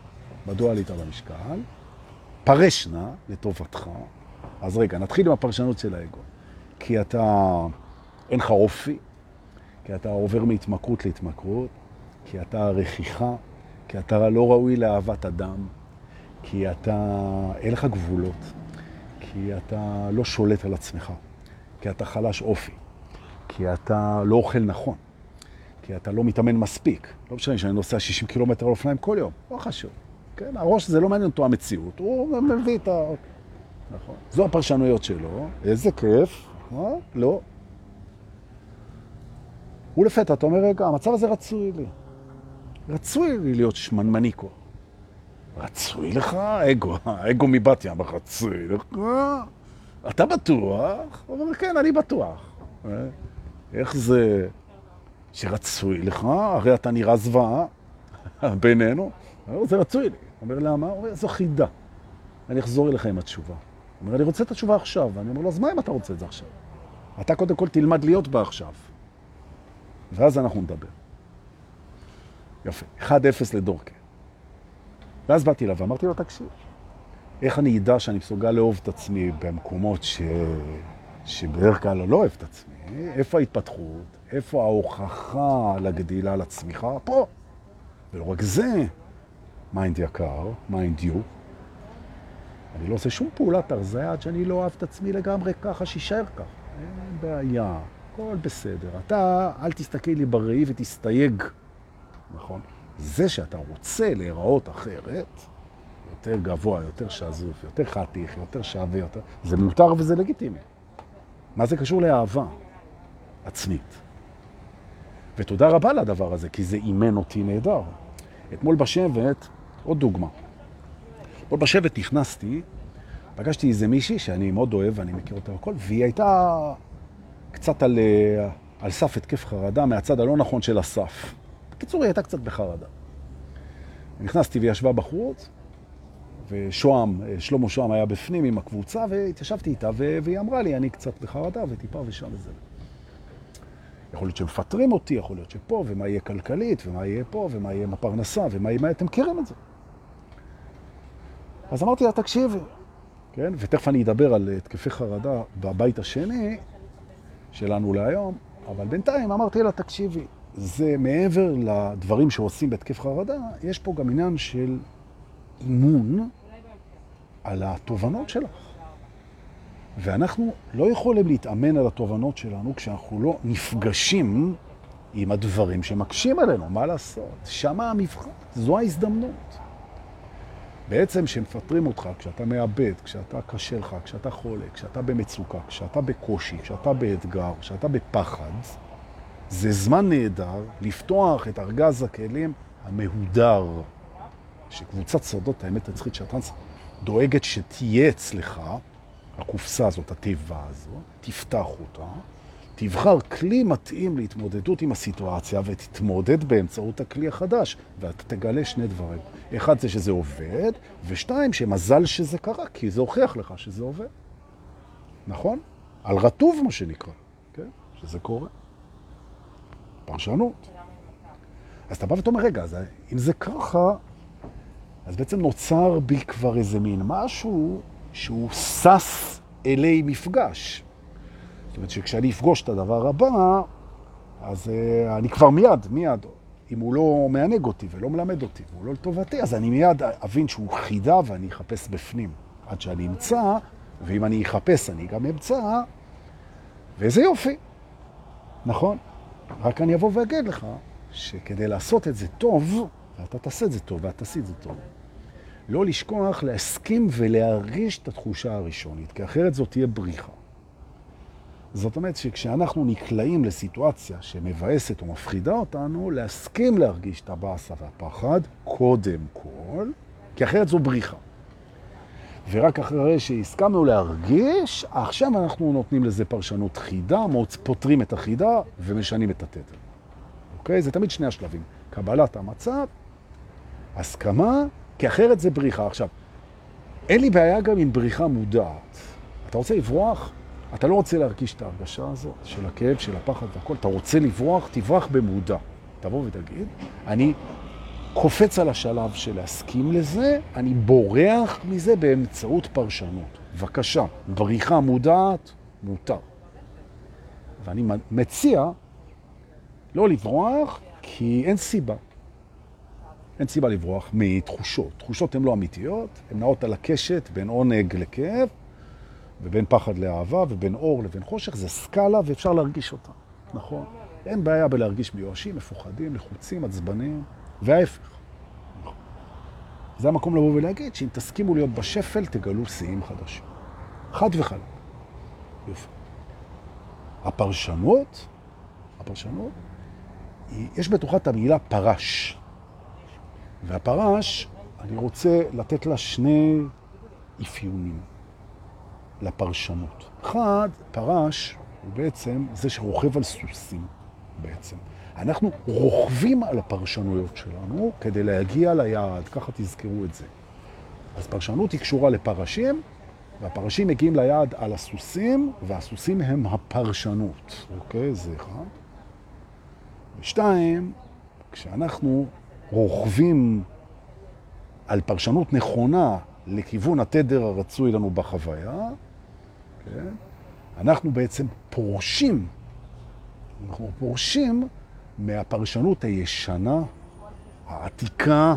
פרשנה לטובתך. אז רגע, נתחיל עם הפרשנות של האגו. כי אין לך אופי, כי אתה עובר מהתמכרות להתמכרות, כי אתה רכיחה, כי אתה לא ראוי לאהבת אדם, כי אין לך גבולות, כי אתה לא שולט על עצמך, כי אתה חלש אופי, כי אתה לא אוכל נכון, כי אתה לא מתאמן מספיק. לא משנה שאני נוסע 60 קילומטר על אופניים כל יום, לא חשוב. כן, הראש זה לא מעניין אותו המציאות, הוא מביא את נכון. זו הפרשנויות שלו, איזה כיף, לא. ולפתע אתה אומר, רגע, המצב הזה רצוי לי. רצוי לי להיות שמנמניקו. רצוי לך? אגו מבת ים, רצוי לך? אתה בטוח? הוא אומר, כן, אני בטוח. איך זה שרצוי לך? הרי אתה נראה זוועה בינינו. זה רצוי לי. הוא אומר, למה? הוא אומר, זו חידה. אני אחזור אליך עם התשובה. הוא אומר, אני רוצה את התשובה עכשיו. אני אומר לו, אז מה אם אתה רוצה את זה עכשיו? אתה קודם כל תלמד להיות בה עכשיו. ואז אנחנו נדבר. יפה. 1-0 לדורקה. ואז באתי לה ואמרתי לו, תקשיב, איך אני ידע שאני מסוגל לאהוב את עצמי במקומות שבדרך כלל לא אוהב את עצמי? איפה ההתפתחות? איפה ההוכחה לגדילה, לצמיחה? פה. ולא רק זה, מיינד יקר, מיינד יו, אני לא עושה שום פעולת הרזיה עד שאני לא אוהב את עצמי לגמרי ככה, שישאר כך. אין בעיה, הכל בסדר. אתה אל תסתכל לי בראי ותסתייג. נכון? זה שאתה רוצה להיראות אחרת, יותר גבוה, יותר שזוף, יותר חתיך, יותר שווה, יותר... זה מותר וזה לגיטימי. מה זה קשור לאהבה עצמית? ותודה רבה לדבר הזה, כי זה אימן אותי נהדר. אתמול בשבט, עוד דוגמה. אתמול בשבט נכנסתי, פגשתי איזה מישהי שאני מאוד אוהב ואני מכיר אותה הכל, והיא הייתה קצת על סף התקף חרדה מהצד הלא נכון של הסף. בקיצור, היא הייתה קצת בחרדה. נכנסתי וישבה בחוץ, שלמה שוהם היה בפנים עם הקבוצה, והתיישבתי איתה, והיא אמרה לי, אני קצת בחרדה וטיפה ושם וזה. יכול להיות שמפטרים אותי, יכול להיות שפה, ומה יהיה כלכלית, ומה יהיה פה, ומה יהיה מפרנסה, ומה יהיה... אתם מכירים את זה. אז אמרתי לה, תקשיבי, כן? ותכף אני אדבר על התקפי חרדה בבית השני שלנו להיום, אבל בינתיים אמרתי לה, תקשיבי, זה מעבר לדברים שעושים בהתקף חרדה, יש פה גם עניין של אימון על התובנות שלך. ואנחנו לא יכולים להתאמן על התובנות שלנו כשאנחנו לא נפגשים עם הדברים שמקשים עלינו. מה לעשות? שמה המבחן, זו ההזדמנות. בעצם שמפטרים אותך כשאתה מאבד, כשאתה קשה לך, כשאתה חולה, כשאתה במצוקה, כשאתה בקושי, כשאתה באתגר, כשאתה בפחד, זה זמן נהדר לפתוח את ארגז הכלים המהודר, שקבוצת סודות האמת הצחית שהטרנס דואגת שתהיה אצלך, הקופסה הזאת, התיבה הזאת, תפתח אותה, תבחר כלי מתאים להתמודדות עם הסיטואציה ותתמודד באמצעות הכלי החדש, ואתה תגלה שני דברים. אחד זה שזה עובד, ושתיים שמזל שזה קרה, כי זה הוכיח לך שזה עובד. נכון? על רטוב מה שנקרא, כן? שזה קורה. פרשנות. אז אתה בא ואתה אומר, רגע, אם זה ככה, אז בעצם נוצר בי כבר איזה מין משהו שהוא סס אלי מפגש. זאת אומרת שכשאני אפגוש את הדבר הבא, אז אני כבר מיד, אם הוא לא מענג אותי ולא מלמד אותי, והוא לא לטובתי, אז אני מיד אבין שהוא חידה ואני אחפש בפנים. עד שאני אמצא, ואם אני אחפש אני גם אמצא, וזה יופי. נכון? רק אני אבוא ואגיד לך שכדי לעשות את זה טוב, ואתה תעשה את זה טוב, ואתה תעשי את זה טוב, לא לשכוח להסכים ולהרגיש את התחושה הראשונית, כי אחרת זאת תהיה בריחה. זאת אומרת שכשאנחנו נקלעים לסיטואציה שמבאסת או מפחידה אותנו, להסכים להרגיש את הבאסה והפחד קודם כל, כי אחרת זו בריחה. ורק אחרי שהסכמנו להרגיש, עכשיו אנחנו נותנים לזה פרשנות חידה, פותרים את החידה ומשנים את התדר. אוקיי? זה תמיד שני השלבים. קבלת המצב, הסכמה, כי אחרת זה בריחה. עכשיו, אין לי בעיה גם עם בריחה מודעת. אתה רוצה לברוח? אתה לא רוצה להרגיש את ההרגשה הזאת של הכאב, של הפחד והכל. אתה רוצה לברוח? תברח במודע. תבוא ותגיד, אני קופץ על השלב של להסכים לזה, אני בורח מזה באמצעות פרשנות. בבקשה, בריחה מודעת, מותר. ואני מציע לא לברוח, כי אין סיבה. אין סיבה לברוח מתחושות. תחושות הן לא אמיתיות, הן נעות על הקשת בין עונג לכאב, ובין פחד לאהבה, ובין אור לבין חושך. זה סקאלה ואפשר להרגיש אותה. נכון? אין בעיה בלהרגיש מיואשים, מפוחדים, לחוצים, עצבנים, וההפך. נכון. זה המקום לבוא ולהגיד שאם תסכימו להיות בשפל, תגלו שיאים חדשים. חד וחלק. יופי. הפרשנות, יש בתוכה את המילה פרש. והפרש, אני רוצה לתת לה שני אפיונים לפרשנות. אחד, פרש הוא בעצם זה שרוכב על סוסים בעצם. אנחנו רוכבים על הפרשנויות שלנו כדי להגיע ליעד, ככה תזכרו את זה. אז פרשנות היא קשורה לפרשים, והפרשים מגיעים ליעד על הסוסים, והסוסים הם הפרשנות. אוקיי? זה אחד. ושתיים, כשאנחנו רוכבים על פרשנות נכונה לכיוון התדר הרצוי לנו בחוויה, כן? אנחנו בעצם פורשים מהפרשנות הישנה, העתיקה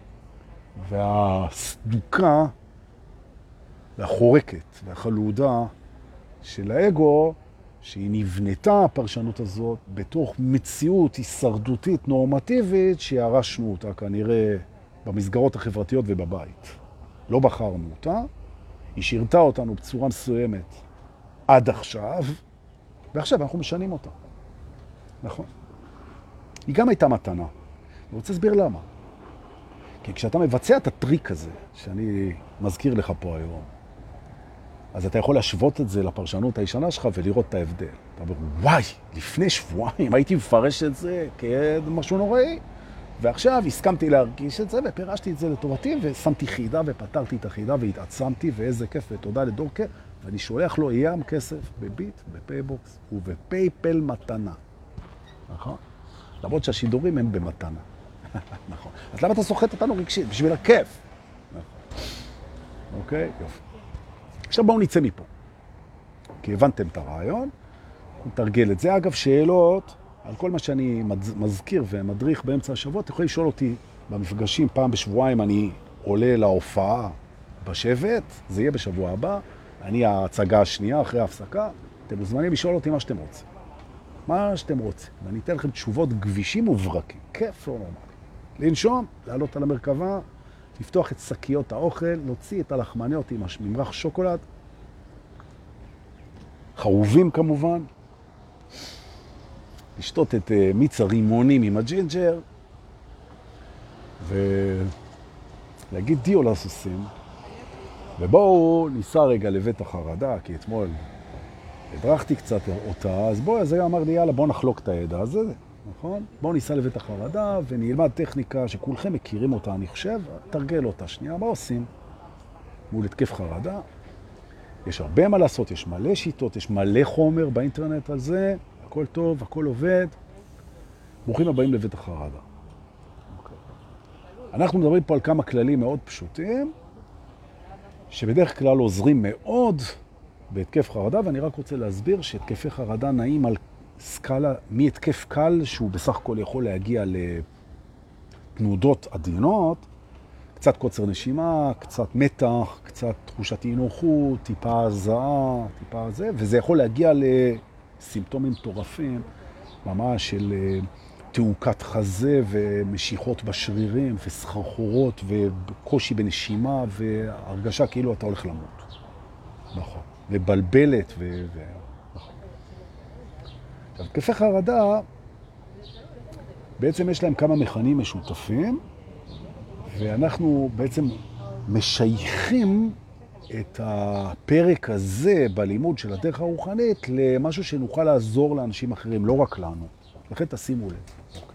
והסדוקה והחורקת והחלודה של האגו, שהיא נבנתה, הפרשנות הזאת, בתוך מציאות הישרדותית נורמטיבית שירשנו אותה כנראה במסגרות החברתיות ובבית. לא בחרנו אותה, היא שירתה אותנו בצורה מסוימת עד עכשיו, ועכשיו אנחנו משנים אותה. נכון. היא גם הייתה מתנה. אני רוצה להסביר למה. כי כשאתה מבצע את הטריק הזה, שאני מזכיר לך פה היום, אז אתה יכול להשוות את זה לפרשנות הישנה שלך ולראות את ההבדל. אתה אומר, וואי, לפני שבועיים הייתי מפרש את זה כמשהו נוראי, ועכשיו הסכמתי להרגיש את זה ופרשתי את זה לטובתי, ושמתי חידה ופתרתי את החידה והתעצמתי, ואיזה כיף ותודה לדורקר, ואני שולח לו ים כסף בביט, בפייבוקס ובפייפל מתנה. נכון? למרות שהשידורים הם במתנה. נכון. אז למה אתה סוחט אותנו רגשית? בשביל הכיף. נכון. אוקיי? יופי. עכשיו בואו נצא מפה. כי הבנתם את הרעיון, נתרגל את זה. אגב, שאלות על כל מה שאני מזכיר ומדריך באמצע השבוע, אתם יכולים לשאול אותי במפגשים, פעם בשבועיים אני עולה להופעה בשבט, זה יהיה בשבוע הבא, אני ההצגה השנייה אחרי ההפסקה, אתם מוזמנים לשאול אותי מה שאתם רוצים. מה שאתם רוצים. ואני אתן לכם תשובות גבישים וברקים. כיף לא נורמלי. לנשום, לעלות על המרכבה, לפתוח את שקיות האוכל, להוציא את הלחמניות עם ממרח שוקולד, חרובים כמובן, לשתות את מיץ הרימונים עם הג'ינג'ר, ולהגיד דיו לסוסים, ובואו ניסע רגע לבית החרדה, כי אתמול הדרכתי קצת אותה, אז אז היה אמר לי, יאללה, בואו נחלוק את הידע הזה, נכון? בואו ניסע לבית החרדה ונלמד טכניקה שכולכם מכירים אותה, אני חושב, תרגל אותה שנייה. מה עושים? מול התקף חרדה. יש הרבה מה לעשות, יש מלא שיטות, יש מלא חומר באינטרנט על זה, הכל טוב, הכל עובד. ברוכים הבאים לבית החרדה. אנחנו מדברים פה על כמה כללים מאוד פשוטים, שבדרך כלל עוזרים מאוד בהתקף חרדה, ואני רק רוצה להסביר שהתקפי חרדה נעים על סקאלה מהתקף קל, שהוא בסך הכל יכול להגיע לתנודות עדינות, קצת קוצר נשימה, קצת מתח, קצת תחושת אי-נוחות, טיפה הזעה, טיפה זה, וזה יכול להגיע לסימפטומים מטורפים, ממש של תעוקת חזה ומשיכות בשרירים וסחרחורות וקושי בנשימה והרגשה כאילו אתה הולך למות. נכון. ובלבלת נכון. עכשיו, התקפי חרדה, בעצם יש להם כמה מכנים משותפים, ואנחנו בעצם משייכים את הפרק הזה בלימוד של הדרך הרוחנית למשהו שנוכל לעזור לאנשים אחרים, לא רק לנו. לכן תשימו לב.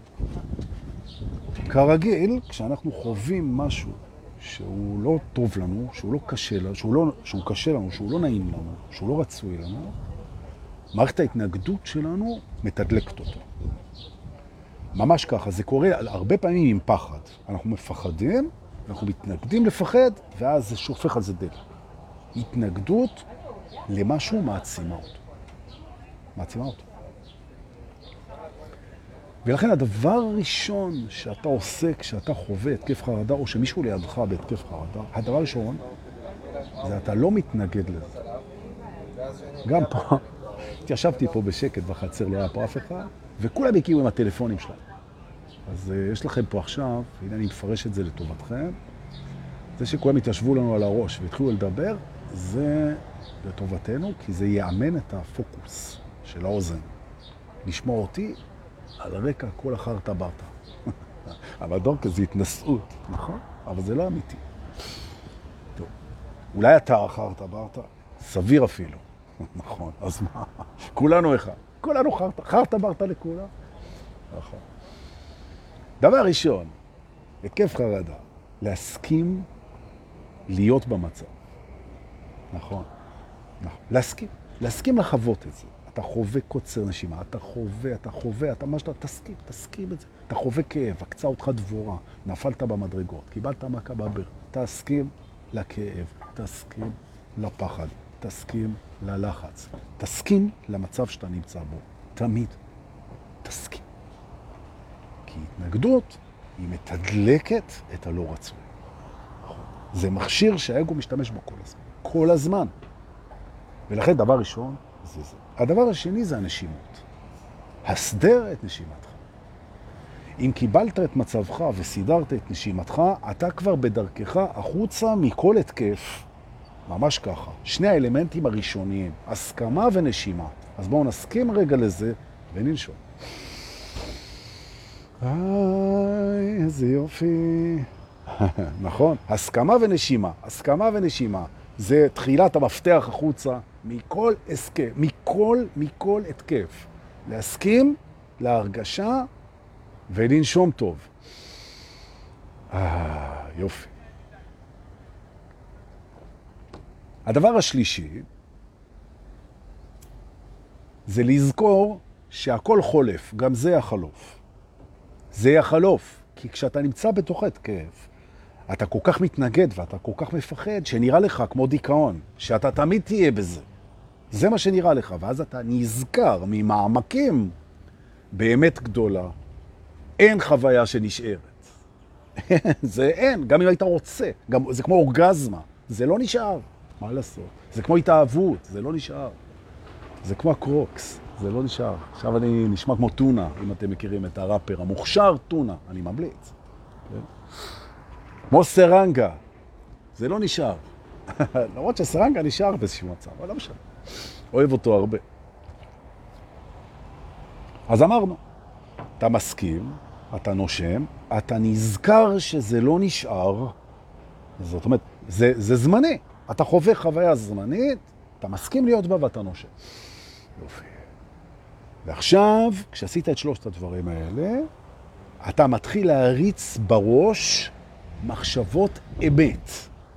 כרגיל, כשאנחנו חווים משהו שהוא לא טוב לנו, שהוא לא קשה לנו, שהוא קשה לנו, שהוא לא נעים לנו, שהוא לא רצוי לנו, מערכת ההתנגדות שלנו מתדלקת אותו. ממש ככה, זה קורה הרבה פעמים עם פחד. אנחנו מפחדים, אנחנו מתנגדים לפחד, ואז זה שופך על זה דלק. התנגדות למשהו מעצימה אותו. מעצימה אותו. ולכן הדבר הראשון שאתה עושה כשאתה חווה התקף חרדה, או שמישהו לידך בהתקף חרדה, הדבר הראשון זה אתה לא מתנגד לזה. גם פה, התיישבתי פה בשקט בחצר, לא היה פה אף אחד, וכולם הגיעו עם הטלפונים שלהם. אז יש לכם פה עכשיו, הנה אני מפרש את זה לטובתכם, זה שכולם התיישבו לנו על הראש והתחילו לדבר, זה לטובתנו, כי זה יאמן את הפוקוס של האוזן. לשמוע אותי על רקע כל החרטה ברטה. אבל דורקה זה התנסות, נכון? אבל זה לא אמיתי. טוב, אולי אתה החרטה ברטה? סביר אפילו. נכון, אז מה? כולנו אחד. כולנו חרטה ברטה לכולם. נכון. דבר ראשון, התקף חרדה, להסכים להיות במצב. נכון. להסכים לחוות את זה. אתה חווה קוצר נשימה, אתה חווה, אתה משהו, תסכים את זה. אתה חווה כאב, הקצה אותך דבורה, נפלת במדרגות, קיבלת מכה בבר. תסכים לכאב, תסכים לפחד, תסכים ללחץ, תסכים למצב שאתה נמצא בו. תמיד תסכים. כי התנגדות היא מתדלקת את הלא רצוי. זה מכשיר שהאגו משתמש בו כל הזמן. כל הזמן. ולכן דבר ראשון זה זה. הדבר השני זה הנשימות. הסדר את נשימתך. אם קיבלת את מצבך וסידרת את נשימתך, אתה כבר בדרכך החוצה מכל התקף. ממש ככה. שני האלמנטים הראשוניים, הסכמה ונשימה. אז בואו נסכים רגע לזה וננשום. איזה יופי. נכון, הסכמה ונשימה. הסכמה ונשימה. זה תחילת המפתח החוצה מכל הסכם, מכל התקף. להסכים להרגשה ולנשום טוב. יופי. הדבר השלישי זה לזכור שהכל חולף, גם זה יחלוף. זה יחלוף, כי כשאתה נמצא בתוך התקף, אתה כל כך מתנגד ואתה כל כך מפחד שנראה לך כמו דיכאון, שאתה תמיד תהיה בזה. זה מה שנראה לך, ואז אתה נזכר ממעמקים באמת גדולה. אין חוויה שנשארת. זה אין, גם אם היית רוצה. זה כמו אורגזמה, זה לא נשאר. מה לעשות? זה כמו התאהבות, זה לא נשאר. זה כמו הקרוקס, זה לא נשאר. עכשיו אני נשמע כמו טונה, אם אתם מכירים את הראפר המוכשר טונה, אני ממליץ. כמו סרנגה, זה לא נשאר. למרות שסרנגה נשאר באיזשהו מצב, אבל לא משנה. אוהב אותו הרבה. אז אמרנו, אתה מסכים, אתה נושם, אתה נזכר שזה לא נשאר, זאת אומרת, זה זמני. אתה חווה חוויה זמנית, אתה מסכים להיות בה ואתה נושם. יופי. ועכשיו, כשעשית את שלושת הדברים האלה, אתה מתחיל להריץ בראש מחשבות אמת.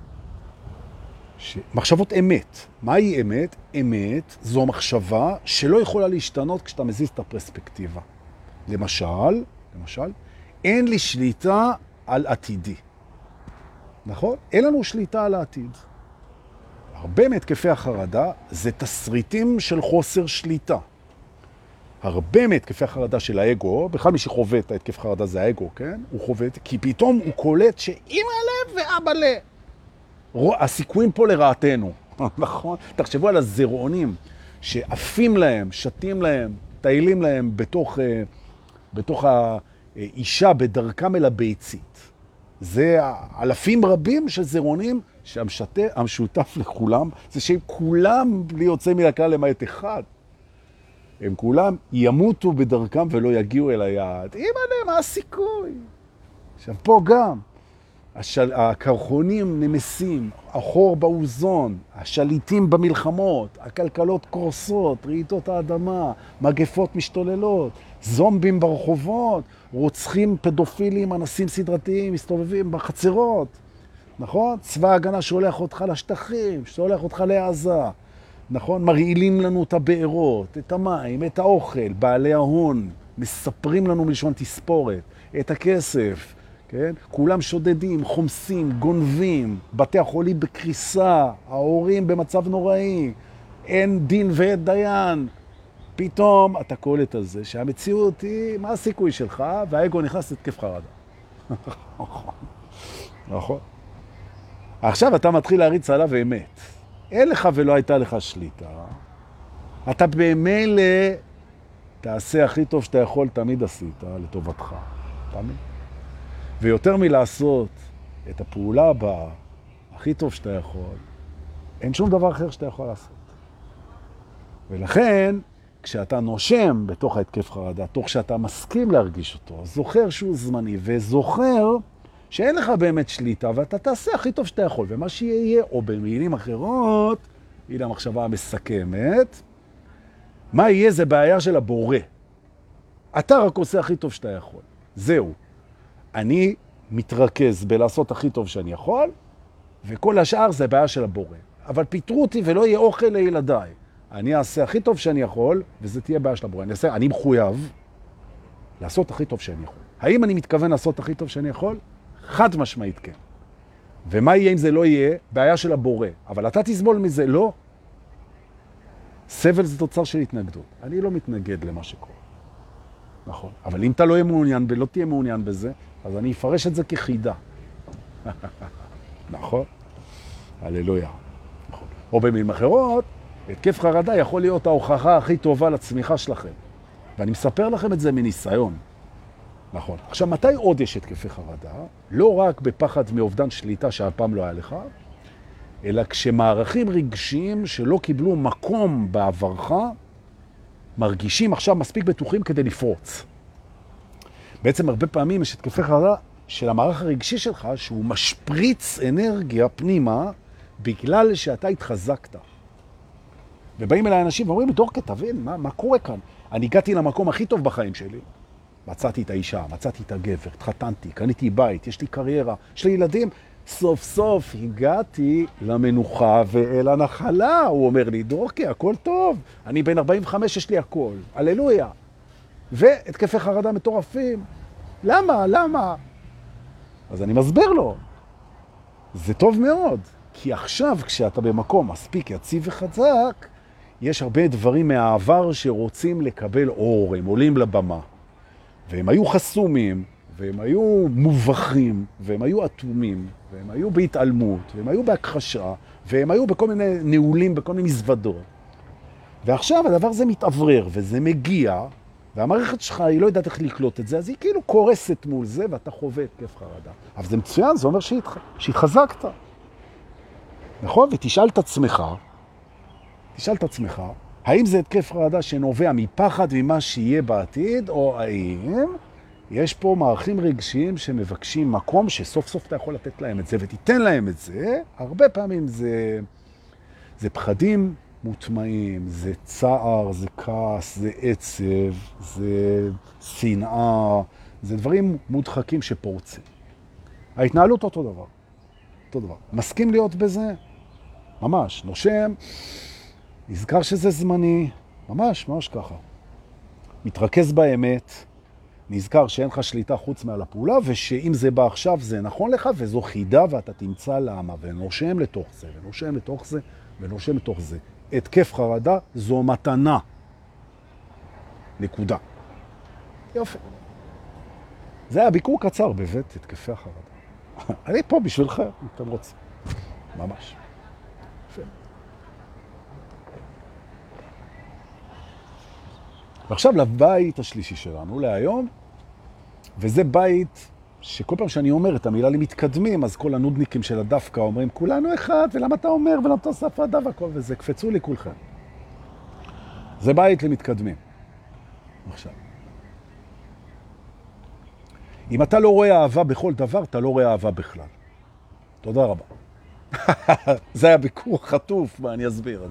מחשבות אמת. מהי אמת? אמת זו מחשבה שלא יכולה להשתנות כשאתה מזיז את הפרספקטיבה. למשל, אין לי שליטה על עתידי. נכון? אין לנו שליטה על העתיד. הרבה מהתקפי החרדה זה תסריטים של חוסר שליטה. הרבה מהתקפי החרדה של האגו, בכלל מי שחווה את ההתקף חרדה זה האגו, כן? הוא חווה את זה, כי פתאום הוא קולט שאמא לב ואבא לב. הסיכויים פה לרעתנו, נכון? תחשבו על הזרעונים שעפים להם, שתים להם, טיילים להם בתוך האישה בדרכם אל הביצית. זה אלפים רבים של זרעונים שהמשותף לכולם זה שהם כולם בלי יוצא מן הכלל למעט אחד. הם כולם ימותו בדרכם ולא יגיעו אל היעד. אמא, מה הסיכוי? עכשיו פה גם. הקרחונים נמסים, החור באוזון, השליטים במלחמות, הכלכלות קורסות, רעידות האדמה, מגפות משתוללות, זומבים ברחובות, רוצחים פדופילים, אנסים סדרתיים, מסתובבים בחצרות, נכון? צבא ההגנה שולח אותך לשטחים, שולח אותך לעזה, נכון? מרעילים לנו את הבארות, את המים, את האוכל, בעלי ההון, מספרים לנו מלשון תספורת, את הכסף, כן? כולם שודדים, חומסים, גונבים, בתי החולים בקריסה, ההורים במצב נוראי, אין דין ועד דיין. פתאום אתה קולט על זה שהמציאות היא, מה הסיכוי שלך? והאגו נכנס לתקף חרדה. נכון. עכשיו אתה מתחיל להריץ עליו אמת. אין לך ולא הייתה לך שליטה. אתה במילא תעשה הכי טוב שאתה יכול, תמיד עשית לטובתך. תמיד. ויותר מלעשות את הפעולה הבאה, הכי טוב שאתה יכול, אין שום דבר אחר שאתה יכול לעשות. ולכן, כשאתה נושם בתוך ההתקף חרדה, תוך שאתה מסכים להרגיש אותו, זוכר שהוא זמני, וזוכר שאין לך באמת שליטה, ואתה תעשה הכי טוב שאתה יכול, ומה שיהיה, או במילים אחרות, הנה המחשבה המסכמת, מה יהיה זה בעיה של הבורא. אתה רק עושה הכי טוב שאתה יכול. זהו. אני מתרכז בלעשות הכי טוב שאני יכול, וכל השאר זה בעיה של הבורא. אבל פיתרו אותי ולא יהיה אוכל לילדיי. אני אעשה הכי טוב שאני יכול, וזה תהיה בעיה של הבורא. אני מחויב לעשות הכי טוב שאני יכול. האם אני מתכוון לעשות הכי טוב שאני יכול? חד משמעית כן. ומה יהיה אם זה לא יהיה? בעיה של הבורא. אבל אתה תסבול מזה, לא. סבל זה תוצר של התנגדות. אני לא מתנגד למה שקורה. נכון. אבל אם אתה לא יהיה מעוניין ולא תהיה מעוניין בזה, אז אני אפרש את זה כחידה. נכון? הללויה. נכון. או במילים אחרות, התקף חרדה יכול להיות ההוכחה הכי טובה לצמיחה שלכם. ואני מספר לכם את זה מניסיון. נכון. עכשיו, מתי עוד יש התקפי חרדה? לא רק בפחד מאובדן שליטה שהפעם לא היה לך, אלא כשמערכים רגשיים שלא קיבלו מקום בעברך, מרגישים עכשיו מספיק בטוחים כדי לפרוץ. בעצם הרבה פעמים יש התקפי חרדה של המערך הרגשי שלך, שהוא משפריץ אנרגיה פנימה, בגלל שאתה התחזקת. ובאים אליי אנשים ואומרים, דורקה, תבין, מה קורה כאן? אני הגעתי למקום הכי טוב בחיים שלי. מצאתי את האישה, מצאתי את הגבר, התחתנתי, קניתי בית, יש לי קריירה, יש לי ילדים. סוף סוף הגעתי למנוחה ואל הנחלה. הוא אומר לי, דורקה, הכל טוב. אני בן 45, יש לי הכל. הללויה. והתקפי חרדה מטורפים. למה? אז אני מסביר לו. זה טוב מאוד. כי עכשיו, כשאתה במקום מספיק יציב וחזק, יש הרבה דברים מהעבר שרוצים לקבל אור. הם עולים לבמה. והם היו חסומים, והם היו מובכים, והם היו אטומים, והם היו בהתעלמות, והם היו בהכחשה, והם היו בכל מיני נעולים, בכל מיני מזוודות. ועכשיו הדבר הזה מתעברר, וזה מגיע, והמערכת שלך היא לא יודעת איך לקלוט את זה, אז היא כאילו קורסת מול זה, ואתה חווה התקף חרדה. אבל זה מצוין, זה אומר שהתחזקת. נכון? ותשאל את עצמך, האם זה התקף חרדה שנובע מפחד ממה שיהיה בעתיד, או האם יש פה מערכים רגשיים שמבקשים מקום שסוף סוף אתה יכול לתת להם את זה, ותיתן להם את זה. הרבה פעמים זה פחדים מוטמעים, זה צער, זה כעס, זה עצב, זה שנאה, זה דברים מודחקים שפורצים. ההתנהלות אותו דבר. מסכים להיות בזה? ממש. נושם, נזכר שזה זמני, ממש ככה. מתרכז באמת, נזכר שאין לך שליטה חוץ מעל הפעולה, ושאם זה בא עכשיו זה נכון לך, וזו חידה ואתה תמצא למה, ונושם לתוך זה. התקף חרדה זו מתנה. נקודה. יופי. זה היה ביקור קצר בבית התקפי החרדה. אני פה בשבילכם, אם אתם רוצים. ממש. יופי. ועכשיו לבית השלישי שלנו, להיום, וזה בית שכל פעם שאני אומר את המילה למתקדמים, אז כל הנודניקים של הדווקא אומרים, כולנו אחד, ולמה אתה אומר, ולמה אתה עושה הפרדה והכל, וזה קפצו לי כולכם. זה בית למתקדמים. עכשיו. אם אתה לא רואה אהבה בכל דבר, אתה לא רואה אהבה בכלל. תודה רבה. זה היה ביקור חטוף, מה אני אסביר.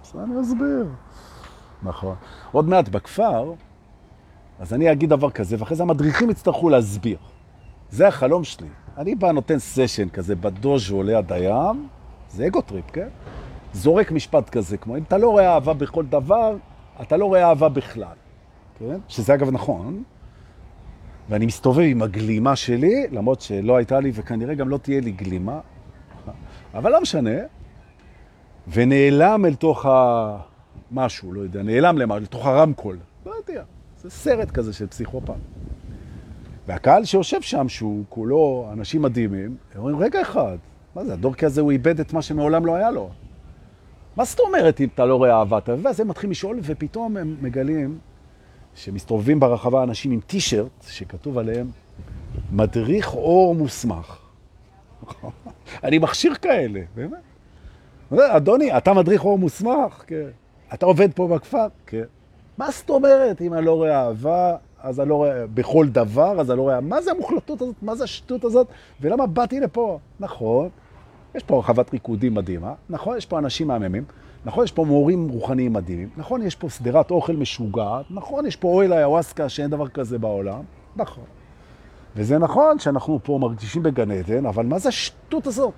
נכון. עוד מעט בכפר, אז אני אגיד דבר כזה, ואחרי זה המדריכים יצטרכו להסביר. זה החלום שלי. אני בא נותן סשן כזה בדוז'ו ליד הים, זה אגוטריפ, כן? זורק משפט כזה, כמו אם אתה לא רואה אהבה בכל דבר, אתה לא רואה אהבה בכלל. כן? שזה אגב נכון. ואני מסתובב עם הגלימה שלי, למרות שלא הייתה לי וכנראה גם לא תהיה לי גלימה. אבל לא משנה. ונעלם אל תוך משהו, לא יודע, נעלם למשהו, לתוך הרמקול. לא יודע, זה סרט כזה של פסיכופת. והקהל שיושב שם, שהוא כולו אנשים מדהימים, הם אומרים, רגע אחד, מה זה, הדורקי הזה הוא איבד את מה שמעולם לא היה לו. מה זאת אומרת אם אתה לא רואה אהבה? ואז הם מתחילים לשאול, ופתאום הם מגלים שמסתובבים ברחבה אנשים עם טישרט, שכתוב עליהם, מדריך אור מוסמך. אני מכשיר כאלה, באמת. אדוני, אתה מדריך אור מוסמך? כן. אתה עובד פה בכפר? כן. מה זאת אומרת? אם אני לא רואה אהבה, אז אני לא רואה בכל דבר, אז אני לא רואה... מה זה המוחלטות הזאת? מה זה השטות הזאת? ולמה באתי לפה? נכון, יש פה רחבת ריקודים מדהימה, נכון, יש פה אנשים מהממים, נכון, יש פה מורים רוחניים מדהימים, נכון, יש פה סדרת אוכל משוגעת, נכון, יש פה אוהל איוואסקה שאין דבר כזה בעולם, נכון. וזה נכון שאנחנו פה מרגישים בגן עדן, אבל מה זה השטות הזאת?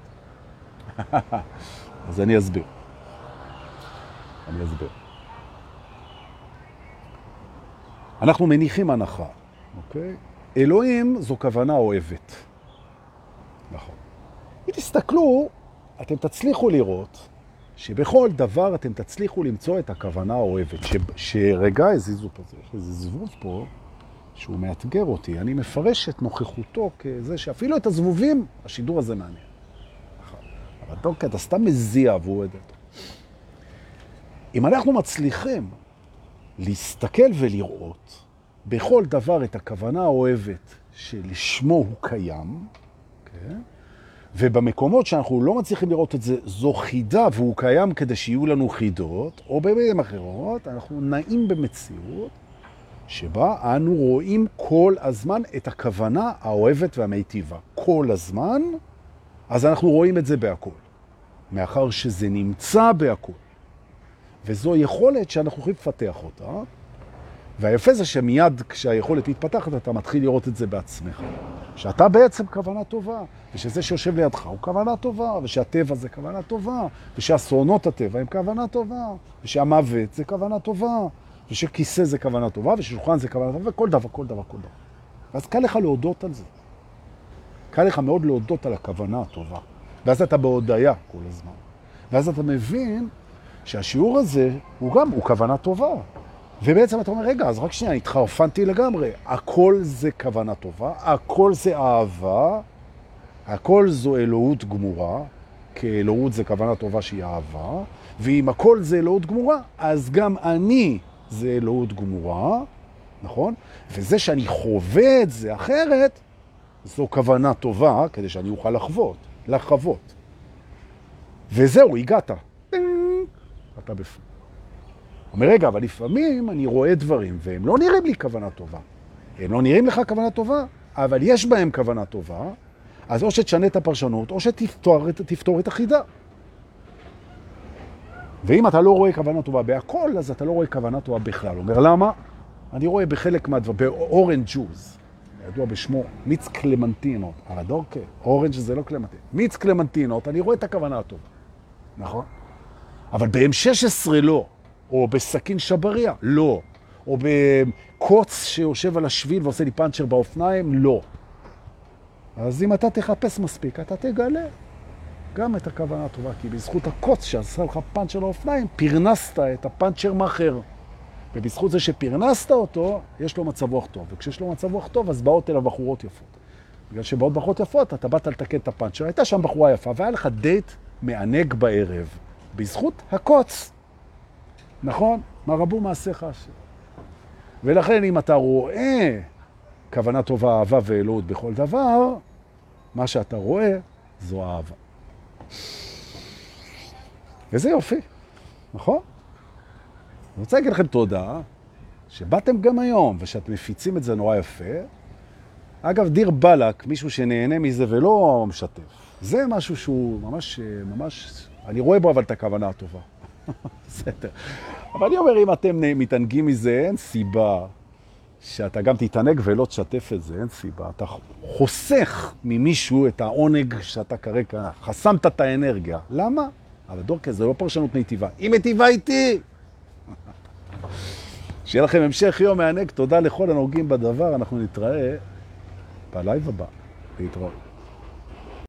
אז אני אסביר. אנחנו מניחים הנחה, אוקיי? אלוהים זו כוונה אוהבת. נכון. אם תסתכלו, אתם תצליחו לראות שבכל דבר אתם תצליחו למצוא את הכוונה האוהבת. שרגע הזיזו פה, איזה זבוב פה שהוא מאתגר אותי. אני מפרש את נוכחותו כזה שאפילו את הזבובים, השידור הזה מעניין. נכון. אבל דוקא, אתה סתם מזיע והוא עדת. אם אנחנו מצליחים להסתכל ולראות בכל דבר את הכוונה האוהבת שלשמו הוא קיים, כן? ובמקומות שאנחנו לא מצליחים לראות את זה, זו חידה והוא קיים כדי שיהיו לנו חידות, או במילים אחרות, אנחנו נעים במציאות שבה אנו רואים כל הזמן את הכוונה האוהבת והמיטיבה. כל הזמן, אז אנחנו רואים את זה בהכל. מאחר שזה נמצא בהכל. וזו יכולת שאנחנו יכולים לפתח אותה, והיפה זה שמיד כשהיכולת מתפתחת, אתה מתחיל לראות את זה בעצמך. שאתה בעצם כוונה טובה, ושזה שיושב לידך הוא כוונה טובה, ושהטבע זה כוונה טובה, ושהאסונות הטבע הם כוונה טובה, ושהמוות זה כוונה טובה, ושכיסא זה כוונה טובה, וששולחן זה כוונה טובה, וכל דבר, כל דבר, כל דבר. ואז קל לך להודות על זה. קל לך מאוד להודות על הכוונה הטובה. ואז אתה בהודעה כל הזמן. ואז אתה מבין שהשיעור הזה הוא גם, הוא כוונה טובה. ובעצם אתה אומר, רגע, אז רק שנייה, התחרפנתי לגמרי. הכל זה כוונה טובה, הכל זה אהבה, הכל זו אלוהות גמורה, כי אלוהות זה כוונה טובה שהיא אהבה, ואם הכל זה אלוהות גמורה, אז גם אני זה אלוהות גמורה, נכון? וזה שאני חווה את זה אחרת, זו כוונה טובה, כדי שאני אוכל לחוות. וזהו, הגעת. אתה בפנים. אומר, רגע, אבל לפעמים אני רואה דברים, והם לא נראים לי כוונה טובה. הם לא נראים לך כוונה טובה, אבל יש בהם כוונה טובה, אז או שתשנה את הפרשנות, או שתפתור את החידה. ואם אתה לא רואה כוונה טובה בהכל, אז אתה לא רואה כוונה טובה בכלל. אומר, למה? אני רואה בחלק מהדבר, באורנג' ג'וז, ידוע בשמו מיץ קלמנטינות. הרדורקה, אורנג' זה לא קלמנטין. מיץ קלמנטינות, אני רואה את הכוונה הטובה. נכון? אבל ב-M16 לא. או בסכין שבריה, לא. או בקוץ שיושב על השביל ועושה לי פאנצ'ר באופניים, לא. אז אם אתה תחפש מספיק, אתה תגלה גם את הכוונה הטובה, כי בזכות הקוץ שעשה לך פאנצ'ר לאופניים, פרנסת את הפאנצ'ר מאחר. ובזכות זה שפרנסת אותו, יש לו מצב רוח טוב. וכשיש לו מצב רוח טוב, אז באות אליו בחורות יפות. בגלל שבאות בחורות יפות, אתה באת לתקן את הפאנצ'ר, הייתה שם בחורה יפה, והיה לך דייט מענג בערב. בזכות הקוץ. נכון? מה רבו מעשיך השם. ולכן אם אתה רואה כוונה טובה, אהבה ואלוהות בכל דבר, מה שאתה רואה זו אהבה. וזה יופי, נכון? אני רוצה להגיד לכם תודה, שבאתם גם היום, ושאתם מפיצים את זה נורא יפה. אגב, דיר בלק, מישהו שנהנה מזה ולא משתף. זה משהו שהוא ממש, אני רואה בו אבל את הכוונה הטובה. בסדר. אבל אני אומר, אם אתם מתענגים מזה, אין סיבה שאתה גם תתענג ולא תשתף את זה, אין סיבה. אתה חוסך ממישהו את העונג שאתה כרגע, חסמת את האנרגיה. למה? אבל דורקה, זה לא פרשנות מיטיבה. היא מיטיבה איתי! שיהיה לכם המשך יום מענג, תודה לכל הנוגעים בדבר, אנחנו נתראה בלייב הבא. להתראות.